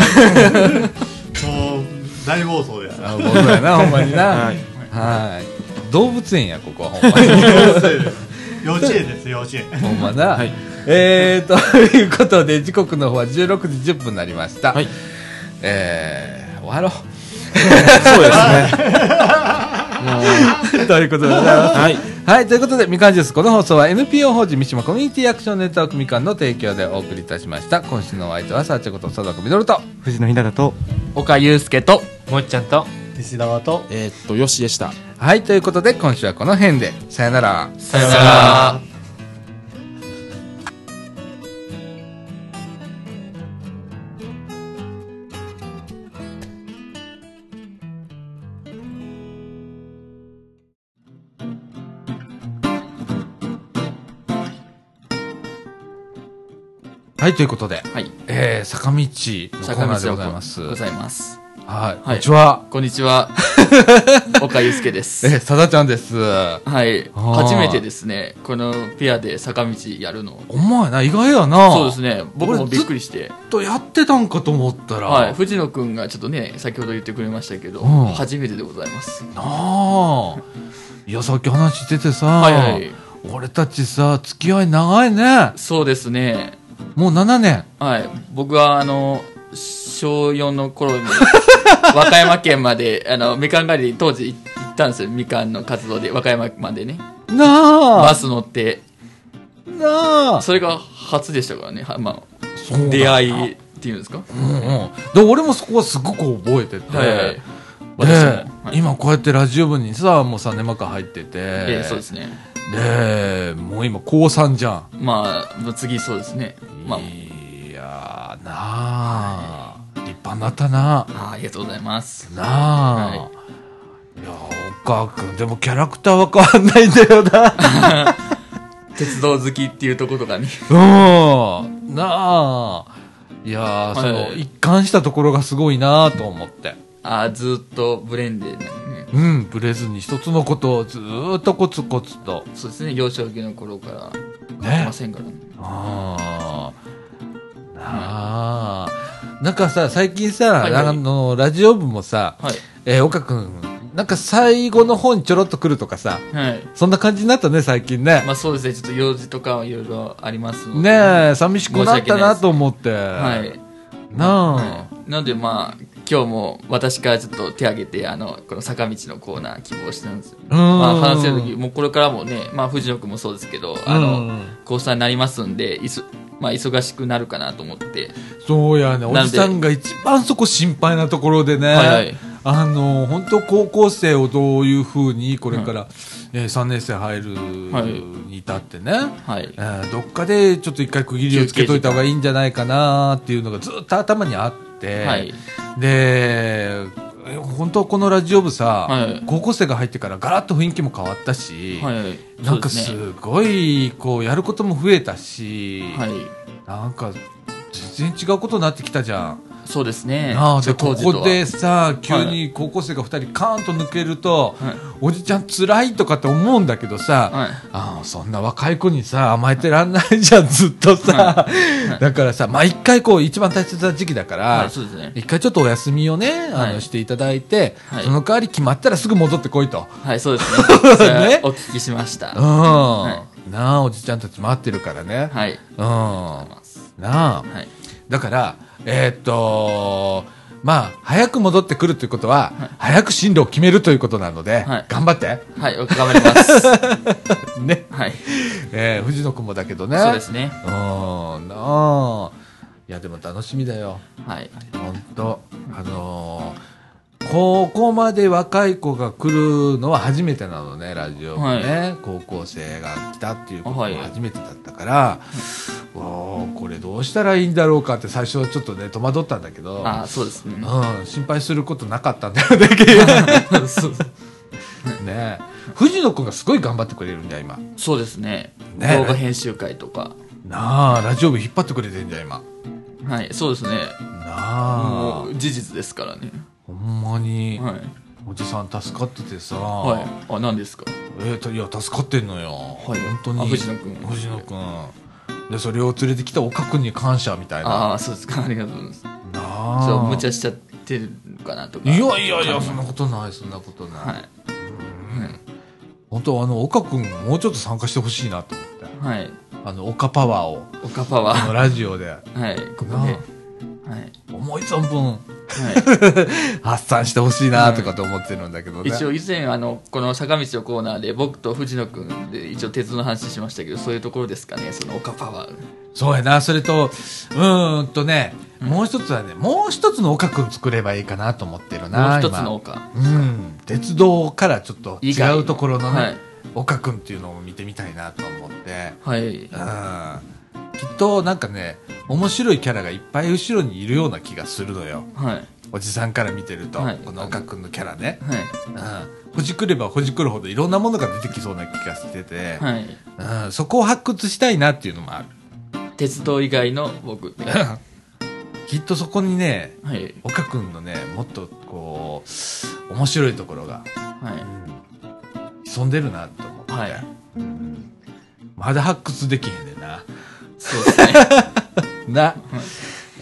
Speaker 7: 大暴走です。
Speaker 1: 暴走やな、ほんまにな。動物園や、ここはほんまに。
Speaker 7: 幼稚園です、幼稚園。
Speaker 1: ほんまな。ということで、時刻の方は16時10分になりました。終わろう。
Speaker 5: そうですね。
Speaker 1: ということでございます。ということで、みかんジュース。この放送は NPO 法人三島コミュニティアクションネットワークみかんの提供でお送りいたしました。今週のお相手は、さあちゃこと佐々木みどると、
Speaker 2: 藤野ひなたと、
Speaker 6: 岡祐介と、
Speaker 3: もっちゃんと、
Speaker 7: 石川と、
Speaker 5: よしでした。
Speaker 1: ということで、今週はこの辺で、さよなら。
Speaker 6: さよなら。
Speaker 1: ということで、坂道のコーナーでございます。
Speaker 6: ございます。
Speaker 1: こんにちは。
Speaker 6: こんにちは。岡祐介です。
Speaker 1: さだちゃんです。
Speaker 6: 初めてですね、このペアで坂道やるの。
Speaker 1: お前な、意外やな。
Speaker 6: そうですね、僕もびっくりして。
Speaker 1: ずっとやってたんかと思ったら。
Speaker 6: 藤野くんがちょっとね、先ほど言ってくれましたけど、初めてでございます。
Speaker 1: いや、さっき話しててさ、 俺たちさ、付き合い長いね。
Speaker 6: そうですね。
Speaker 1: もう7年。
Speaker 6: はい。僕は、小4の頃に、和歌山県まで、みかん狩り当時行ったんですよ。みかんの活動で、和歌山までね。
Speaker 1: なあ。
Speaker 6: バス乗って。
Speaker 1: なあ。
Speaker 6: それが初でしたからね。まあ、出会いっていうんですか。
Speaker 1: で、俺もそこはすごく覚えてて。はい今こうやってラジオ部にさ、もう3年前から入ってて。
Speaker 6: そうですね。
Speaker 1: で、もう今高3じゃん。
Speaker 6: まあ、次そうですね。まあ、
Speaker 1: いやーなあ、立派になったな。
Speaker 6: ありがとうございます。
Speaker 1: なあ。いや岡くん、でもキャラクターは変わんないんだよな。
Speaker 6: 鉄道好きっていうところとかに。
Speaker 1: なあ。いやその、一貫したところがすごいなと思って。
Speaker 6: ずっとブレンでね。
Speaker 1: ブレずに一つのことをずーっとコツコツと。
Speaker 6: そうですね、幼少期の頃からやってませんからね。
Speaker 1: なんかさ、最近さ、ラジオ部もさ、岡くん、なんか最後の方にちょろっと来るとかさ、そんな感じになったね、最近ね。
Speaker 6: まあそうですね、ちょっと用事とかはいろいろありますので。
Speaker 1: ねえ、寂しくなったなと思って。な
Speaker 6: あ。なのでまあ、今日も私からちょっと手挙げて、この坂道のコーナー希望してたんですよ。まあ話せる時、もうこれからもね、まあ藤野くんもそうですけど、コースターになりますんで、まあ忙しくなるかなと思って。
Speaker 1: そうやね、おじさんが一番そこ心配なところでね、本当高校生をどういうふうにこれから、3年生入るに至ってね、どっかでちょっと一回区切りをつけといた方がいいんじゃないかなっていうのがずっと頭にあって、で、本当このラジオ部さ、高校生が入ってからガラッと雰囲気も変わったし、なんかすごいこうやることも増えたし、なんか全然違うことになってきたじゃん。
Speaker 6: そうですね。
Speaker 1: でここでさ、急に高校生が2人カーンと抜けると、おじちゃん辛いとかって思うんだけどさ、そんな若い子にさ甘えてらんないじゃん、ずっとさ。だからさ、まあ一回こう一番大切な時期だから、一回ちょっとお休みをね、していただいて、その代わり決まったらすぐ戻ってこいと。
Speaker 6: はい、そうですね。お聞きしました。
Speaker 1: なあ、おじちゃんたち待ってるからね。なあ。だから、まあ、早く戻ってくるということは、早く進路を決めるということなので、頑張って。
Speaker 6: はい、頑張ります。
Speaker 1: ね。藤野くんもだけどね。
Speaker 6: そうですね。
Speaker 1: いや、でも楽しみだよ。
Speaker 6: はい。
Speaker 1: 本当ここまで若い子が来るのは初めてなのね、ラジオもね。高校生が来たっていうことも初めてだったから、これどうしたらいいんだろうかって最初はちょっとね、戸惑ったんだけど。
Speaker 6: そうですね。
Speaker 1: 心配することなかったんだよね。ね藤野くんがすごい頑張ってくれるんだよ、今。
Speaker 6: そうですね。動画編集会とか。
Speaker 1: ラジオ部引っ張ってくれてんじゃん、今。
Speaker 6: はい、そうですね。もう事実ですからね。
Speaker 1: ほんまに、おじさん助かっててさ。
Speaker 6: 何ですか？
Speaker 1: いや、助かってんのよ。本当に。
Speaker 6: 藤野くん。
Speaker 1: 藤野くん。で、それを連れてきた岡くんに感謝みたいな。
Speaker 6: そうですか。ありがとうございます。無茶しちゃってるかなとか。
Speaker 1: いや、そんなことない、そんなことない。本当岡くんもうちょっと参加してほしいなと思って。岡パワーを。
Speaker 6: 岡パワー。
Speaker 1: ラジオで。
Speaker 6: ここで。
Speaker 1: 思い存分。発散してほしいなとかと思ってるんだけどね。
Speaker 6: 一応以前この坂道のコーナーで僕と藤野くんで一応鉄道の話しましたけど、そういうところですかね、その岡パワー。
Speaker 1: そうやな。それとね、もう一つはね、もう一つの岡くん作ればいいかなと思ってるな。
Speaker 6: もう一つの岡。
Speaker 1: 鉄道からちょっと違うところのね、岡くんっていうのを見てみたいなと思って。きっとなんかね、面白いキャラがいっぱい後ろにいるような気がするのよ。おじさんから見てると、この岡くんのキャラね。ほじくればほじくるほどいろんなものが出てきそうな気がしてて、そこを発掘したいなっていうのもある。
Speaker 6: 鉄道以外の僕。
Speaker 1: きっとそこにね、岡くんのね、もっとこう、面白いところが、潜んでるなと思って。まだ発掘できへんねんな。
Speaker 6: そうですね。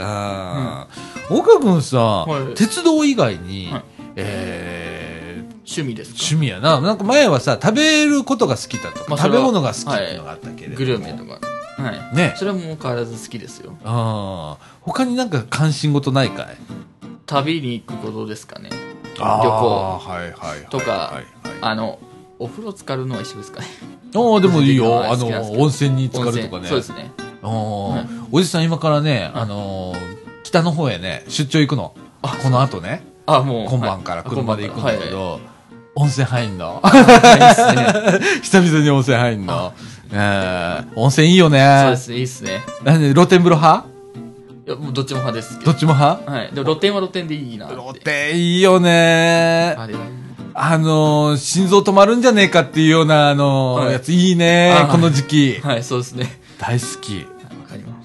Speaker 1: 岡くんさ、鉄道以外に、
Speaker 6: 趣味ですか？
Speaker 1: 趣味やな。なんか前はさ、食べることが好きだとか、食べ物が好きっていうのがあったけれども、
Speaker 6: グルメとか。はい。ね。それはもう変わらず好きですよ。
Speaker 1: ああ。他になんか関心事ないかい？
Speaker 6: 旅に行くことですかね。旅行。
Speaker 1: はいはいはい。
Speaker 6: とか、お風呂浸かるのは一緒ですかね。
Speaker 1: ああ、でもいいよ。温泉に浸かるとかね。
Speaker 6: そうですね。
Speaker 1: おじさん今からね、北の方へね、出張行くの。この後ね。
Speaker 6: もう。
Speaker 1: 今晩から車で行くんだけど、温泉入んの。久々に温泉入んの。温泉いいよね。
Speaker 6: そうですね、いいっすね。
Speaker 1: 露天風呂派？
Speaker 6: いや、もうどっちも派ですけ
Speaker 1: ど。どっちも派？
Speaker 6: はい。でも露天は露天でいいな。
Speaker 1: 露天いいよね。
Speaker 6: あれは
Speaker 1: 心臓止まるんじゃねえかっていうような、やついいね。この時期。
Speaker 6: はい、そうですね。
Speaker 1: 大好き。
Speaker 6: わかります。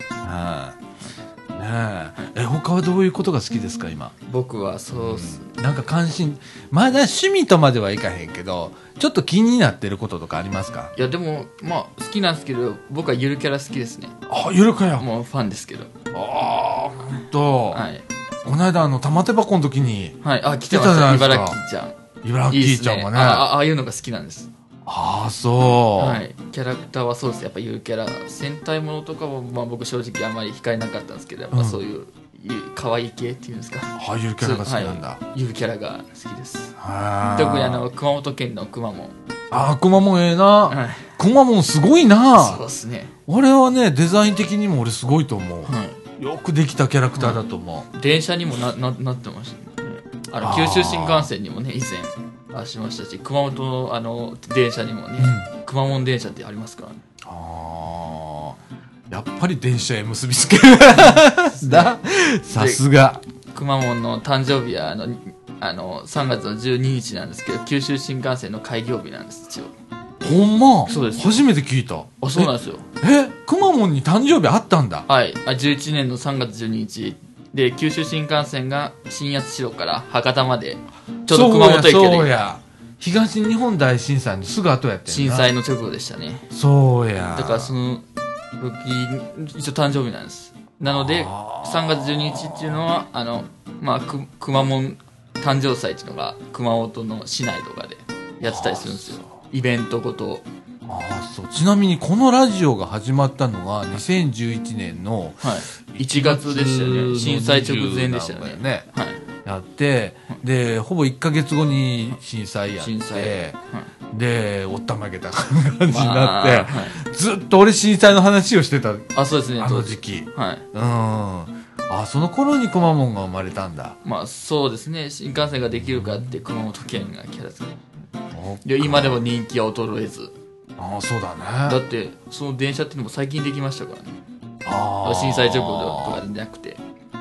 Speaker 1: 他はどういうことが好きですか、今？
Speaker 6: 僕はそうっす。
Speaker 1: なんか関心、まだ趣味とまではいかへんけど、ちょっと気になってることとかありますか？
Speaker 6: いや、でも、まあ、好きなんですけど、僕はゆるキャラ好きですね。
Speaker 1: ゆるキャラ？
Speaker 6: もうファンですけど。
Speaker 1: ほんと。
Speaker 6: はい。
Speaker 1: この間、玉手箱の時に。
Speaker 6: はい、来てました。茨城ちゃん。
Speaker 1: 茨城ちゃんがね。
Speaker 6: ああいうのが好きなんです。
Speaker 1: そう。
Speaker 6: はい。キャラクターはそうです。やっぱゆるキャラ。戦隊ものとかも、まあ僕正直あんまり控えなかったんですけど、やっぱそういう、可愛い系っていうんですか。
Speaker 1: ゆるキャラが好きなんだ。
Speaker 6: ゆるキャラが好きです。特に熊本県のくまモン。
Speaker 1: くまモンええな。くまモンすごいな。
Speaker 6: そうですね。
Speaker 1: 俺はね、デザイン的にも俺すごいと思う。よくできたキャラクターだと思う。
Speaker 6: 電車にもなってましたね。九州新幹線にもね、以前、しましたし、熊本の電車にもね、くまモン電車ってありますからね。
Speaker 1: やっぱり電車へ結びつけるだ。さすが。
Speaker 6: くまモンの誕生日は3月の12日なんですけど、九州新幹線の開業日なんです、一応。
Speaker 1: ほんま？
Speaker 6: そうです。
Speaker 1: 初めて聞いた。
Speaker 6: そうなんですよ。
Speaker 1: くまモンに誕生日あったんだ。
Speaker 6: はい。11年の3月12日。で、九州新幹線が新八代から博多まで、ちょうど熊本駅で。
Speaker 1: そうや。東日本大震災のすぐ後やってんな。
Speaker 6: 震災の直後でしたね。
Speaker 1: そうや。
Speaker 6: だからその時、一応誕生日なんです。なので、3月12日っていうのは、くまモン誕生祭っていうのが熊本の市内とかでやってたりするんですよ。イベントごと。
Speaker 1: そう。ちなみにこのラジオが始まったのが2011年の
Speaker 6: 1月でしたね。震災直前でしたよね。
Speaker 1: はい。やって、で、ほぼ1ヶ月後に震災やって、で、おったまげた感じになって、ずっと俺震災の話をしてた。
Speaker 6: そうですね。
Speaker 1: あの時期。
Speaker 6: はい。
Speaker 1: その頃にくまモンが生まれたんだ。
Speaker 6: そうですね。新幹線ができるかって熊本県がキャラですね。で、今でも人気は衰えず。
Speaker 1: そうだね。
Speaker 6: だって、その電車っていうのも最近できましたからね。震災直後とかじゃなくて。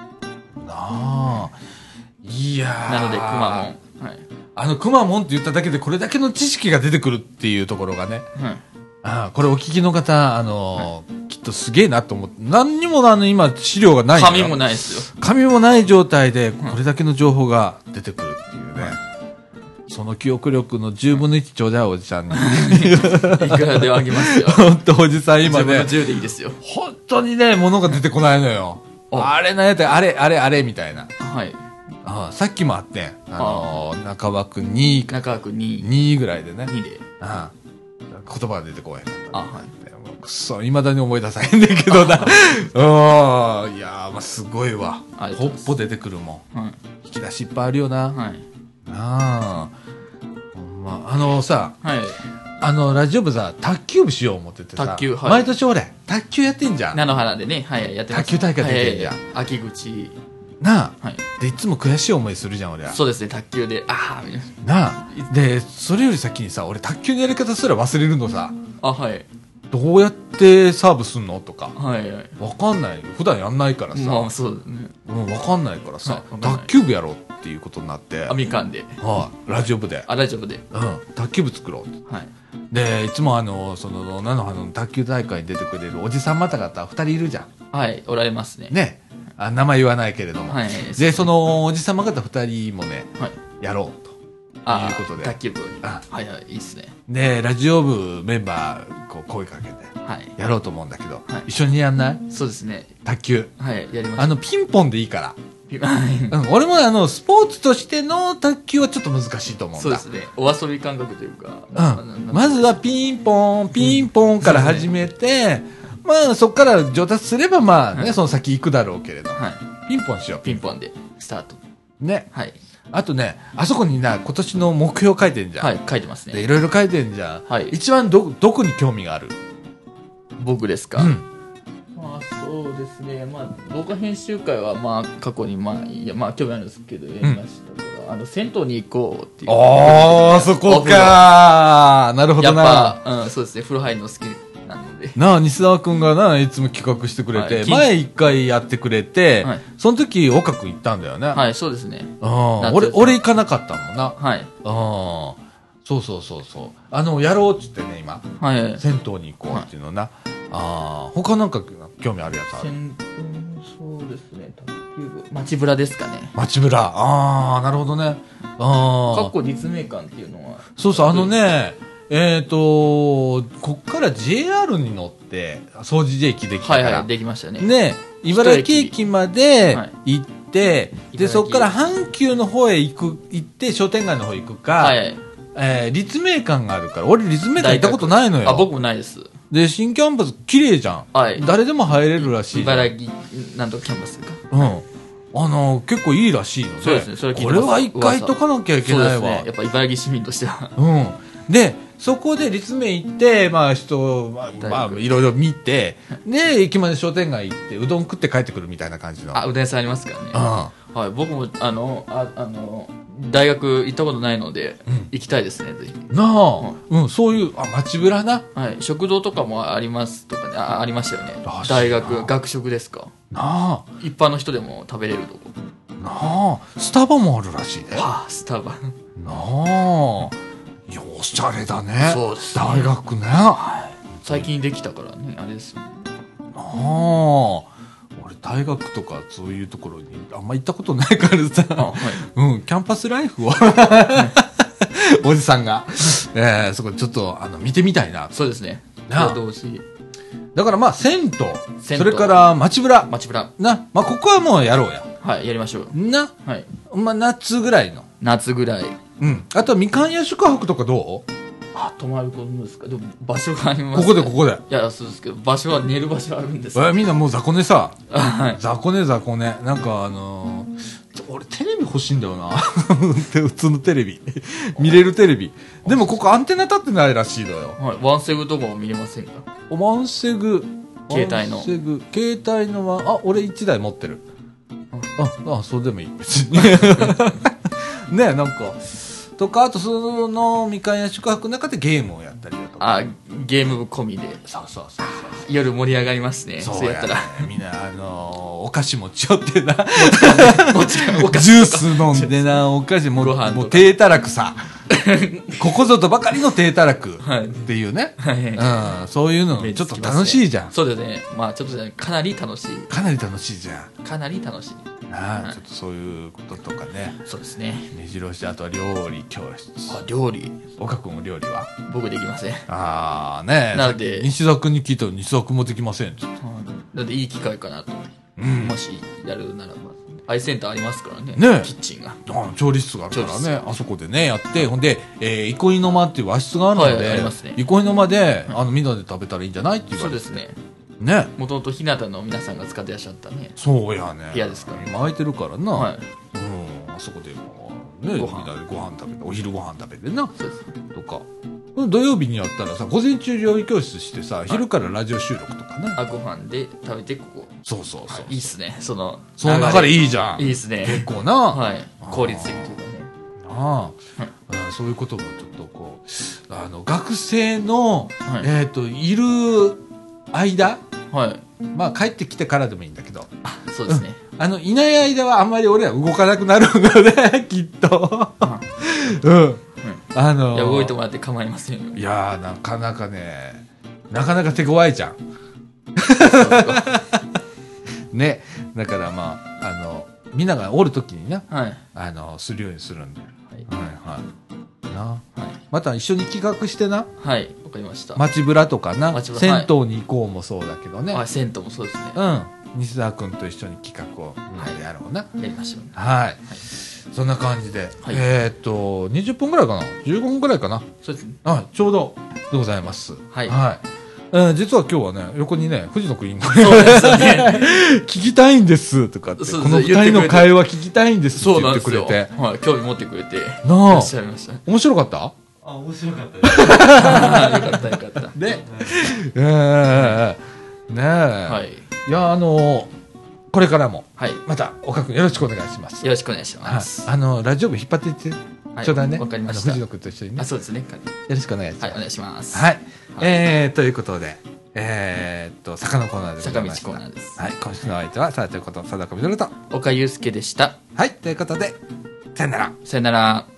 Speaker 1: いやー。
Speaker 6: なので、くまモン。
Speaker 1: くまモンって言っただけでこれだけの知識が出てくるっていうところがね。これお聞きの方、きっとすげえなと思って、何にも今資料がない。
Speaker 6: 紙もないですよ。
Speaker 1: 紙もない状態で、これだけの情報が出てくるっていうね。その記憶力の10分の1ちょうだい、おじさんに。
Speaker 6: いくらであげますよ。
Speaker 1: ほんと、おじさん今ね。
Speaker 6: 10分の10でいいですよ。
Speaker 1: 本当にね、物が出てこないのよ。あれなんやったら、あれ、みたいな。
Speaker 6: はい。
Speaker 1: さっきもあってん。中枠2。
Speaker 6: 中枠2。
Speaker 1: 2ぐらいでね。
Speaker 6: 2で。
Speaker 1: 言葉が出てこない。
Speaker 6: はい。
Speaker 1: くそ、未だに思い出さへんねんけどな。いやー、すごいわ。ほっぽ出てくるもん。引き出しいっぱいあるよな。
Speaker 6: はい。
Speaker 1: さ、ラジオ部さ、卓球部しよう思っててさ。
Speaker 6: 卓球、
Speaker 1: 毎年俺、卓球やってんじゃん。
Speaker 6: 菜の花でね、やってます。
Speaker 1: 卓球大会出てんじゃん。
Speaker 6: 秋口。
Speaker 1: なあ。で、いつも悔しい思いするじゃん、俺は。
Speaker 6: そうですね、卓球で。
Speaker 1: なあ。で、それより先にさ、俺卓球のやり方すら忘れるのさ。
Speaker 6: はい。
Speaker 1: どうやってサーブすんのとか。
Speaker 6: わ
Speaker 1: かんない。普段やんないからさ。
Speaker 6: そうだね。
Speaker 1: わかんないからさ、卓球部やろうっていうことになって。
Speaker 6: みかんで。
Speaker 1: ラジオ部で。
Speaker 6: ラジオ部で。
Speaker 1: 卓球部作ろう。
Speaker 6: はい。
Speaker 1: で、いつも菜の花の卓球大会に出てくれるおじさん方々2人いるじゃん。
Speaker 6: はい、おられますね。
Speaker 1: ね。名前言わないけれども。で、そのおじさま方2人もね、やろうと。いうことで。
Speaker 6: 卓球部に。いいっすね。
Speaker 1: で、ラジオ部メンバー、声かけて、やろうと思うんだけど、一緒にやんない？
Speaker 6: そうですね。
Speaker 1: 卓球。
Speaker 6: やります。
Speaker 1: ピンポンでいいから。 俺もスポーツとしての卓球はちょっと難しいと思うんだ。
Speaker 6: そうですね。お遊び感覚というか。
Speaker 1: まずはピンポンから始めて、まあそこから上達すればまあね、その先行くだろうけれど。ピンポンしよう。
Speaker 6: ピンポンでスタート。
Speaker 1: ね。はい。あとね、あそこに今年の目標書いてんじゃん。
Speaker 6: はい、書いてますね。
Speaker 1: で、いろいろ書いてんじゃん。はい。一番どこに興味がある？
Speaker 6: 僕ですか？まあそうですね。まあ動画編集会はまあ過去にまあ興味あるんですけどやりましたから、銭湯に行こうっていう。
Speaker 1: ああ、そこかー。なるほどな。
Speaker 6: やっぱそうですね。風呂入るの好きなので。
Speaker 1: なあ、西澤くんがいつも企画してくれて、前一回やってくれて、その時岡くん行ったんだよね。
Speaker 6: はい、そうですね。
Speaker 1: 俺行かなかったもんな。
Speaker 6: はい。
Speaker 1: そう。やろうっつってね、今。はい。銭湯に行こうっていうのな。他なんか興味あるやつある？
Speaker 6: そうですね。卓球部。街ブラですかね。
Speaker 1: 街ブラ。なるほどね。
Speaker 6: かっこ立命館っていうのは。
Speaker 1: そう、こっから JR に乗って、総除寺駅できたから。
Speaker 6: はい、できましたね。
Speaker 1: ね、茨城駅まで行って、で、そっから阪急の方へ行って、商店街の方行くか、立命館があるから、俺立命館行ったことないのよ。
Speaker 6: 僕もないです。
Speaker 1: で、新キャンパス綺麗じゃん。はい。誰でも入れるらしい。
Speaker 6: 茨城、なんとかキャンパスか。
Speaker 1: 結構いいらしいので。
Speaker 6: そうですね、それ聞いてます。
Speaker 1: これは一回行っとかなきゃいけないわ。そうですね、
Speaker 6: やっぱ茨城市民としては。
Speaker 1: で、そこで立命行って、まあいろいろ見て、で、駅まで商店街行って、うどん食って帰ってくるみたいな感じの。
Speaker 6: うどん屋さんありますからね。はい、僕も、大学行ったことないので、行きたいですね、ぜひ。
Speaker 1: そういう、街ブラな。
Speaker 6: はい、食堂とかもありますとかね、ありましたよね。大学、学食ですか。一般の人でも食べれるとこ。
Speaker 1: スタバもあるらしいね。
Speaker 6: スタバ。
Speaker 1: おしゃれだね。
Speaker 6: そうです。
Speaker 1: 大学ね。
Speaker 6: 最近できたからね、あれですよね。
Speaker 1: 俺大学とかそういうところにあんま行ったことないからさ、キャンパスライフをおじさんが、そこちょっと見てみたいな。
Speaker 6: そうですね。
Speaker 1: だからまあ銭湯、それから街ブラ。な、まあここはもうやろうや。
Speaker 6: はい、やりましょう。
Speaker 1: な、はい。まあ夏ぐらいの。
Speaker 6: 夏ぐらい。
Speaker 1: あとはみかん屋宿泊とかどう？
Speaker 6: 泊まることですか？でも場所があります。
Speaker 1: ここで。
Speaker 6: いや、そうですけど、場所は寝る場所あるんですか？
Speaker 1: みんなもう雑魚寝さ。雑魚寝。なんか俺テレビ欲しいんだよな。普通のテレビ。見れるテレビ。でもここアンテナ立ってないらしいのよ。
Speaker 6: はい。ワンセグとかも見れませんか？
Speaker 1: ワンセグ。
Speaker 6: 携帯の。
Speaker 1: 携帯のは、俺1台持ってる。それでもいい。別に。ね、なんか。とか、あとそのみかん屋宿泊の中でゲームをやったりだとか。
Speaker 6: ゲーム込みで。
Speaker 1: そう。
Speaker 6: 夜盛り上がりますね。
Speaker 1: そうやったら。みんな、お菓子持ち寄ってな。ジュース飲んでな、お菓子もう低たらくさ。ここぞとばかりの低たらくっていうね。そういうのちょっと楽しいじゃん。
Speaker 6: そうですね。まあちょっとかなり楽しい。
Speaker 1: かなり楽しいじゃん。
Speaker 6: かなり楽しい。
Speaker 1: ちょっとそういうこととかね。
Speaker 6: そうですね。
Speaker 1: 目白押し、あとは料理教室。
Speaker 6: 料理。
Speaker 1: 岡君も料理は？
Speaker 6: 僕できません。
Speaker 1: ね。な
Speaker 6: ので
Speaker 1: 西澤君に聞いたら西澤君もできません。
Speaker 6: だっていい機会かなと。もしやるならば。アイセンターありますからね。キッチンが。
Speaker 1: 調理室があるからね。あそこでね、やって、ほんで、憩いの間っていう和室があるので、憩いの間で、みんなで食べたらいいんじゃないっていう。
Speaker 6: そうですね。
Speaker 1: ね。
Speaker 6: もともと日向の皆さんが使ってらっしゃったね。
Speaker 1: そうやね。
Speaker 6: 部屋ですから。
Speaker 1: 今空いてるからな。あそこでもね、みんなでご飯食べて、お昼ご飯食べてな。そうです。とか。土曜日にやったらさ、午前中料理教室してさ、昼からラジオ収録とかね。
Speaker 6: ご飯で食べてここ。
Speaker 1: そう。
Speaker 6: いいっすね。その
Speaker 1: 流れいいじゃん。
Speaker 6: いいっすね。
Speaker 1: 結構な。
Speaker 6: はい。効率的というかね。
Speaker 1: そういうこともちょっとこう、学生の、いる間、まあ帰ってきてからでもいいんだけど。
Speaker 6: そうですね。
Speaker 1: いない間はあんまり俺は動かなくなるので、きっと。
Speaker 6: いや、動いてもらって構いませんよ。
Speaker 1: いやー、なかなかね、なかなか手強いじゃん。ね。だからまあ、みんながおるときにね、するようにするんで。また一緒に企画してな。
Speaker 6: はい、わかりました。
Speaker 1: 街ブラとかな。銭湯に行こうもそうだけどね。
Speaker 6: 銭湯もそうですね。
Speaker 1: 西澤君と一緒に企画をやろうな。
Speaker 6: やりましょう。
Speaker 1: はい。そんな感じで。20分くらいかな ?15 分くらいかな。
Speaker 6: そうですね。
Speaker 1: ちょうどでございます。
Speaker 6: はい。
Speaker 1: はい。実は今日はね、横にね、藤野くんが
Speaker 6: そうですよね。
Speaker 1: 聞きたいんですとかって、この二人の会話聞きたいんですって言ってくれて。
Speaker 6: はい、興味持ってくれて。
Speaker 1: なあ。
Speaker 6: いらっしゃいました。
Speaker 1: 面白かった？
Speaker 2: 面白かったです。よか
Speaker 6: ったよかった。
Speaker 1: で、ねえ。
Speaker 6: はい。
Speaker 1: いや、これからも、
Speaker 6: はい。
Speaker 1: また、岡君よろしくお願いします。
Speaker 6: よろしくお願いします。
Speaker 1: ラジオ部引っ張っていって、ちょうだいね。
Speaker 6: わかりました。
Speaker 1: 藤野君と一緒にね。
Speaker 6: そうですね。よ
Speaker 1: ろしくお願いします。
Speaker 6: はい、お願いします。
Speaker 1: はい。ということで、坂のコーナーでございました。
Speaker 6: 坂道コーナーです。
Speaker 1: はい、今週の相手は、さあということ、佐藤みどると、
Speaker 6: 岡祐介でした。
Speaker 1: はい、ということで、さよなら。
Speaker 6: さよなら。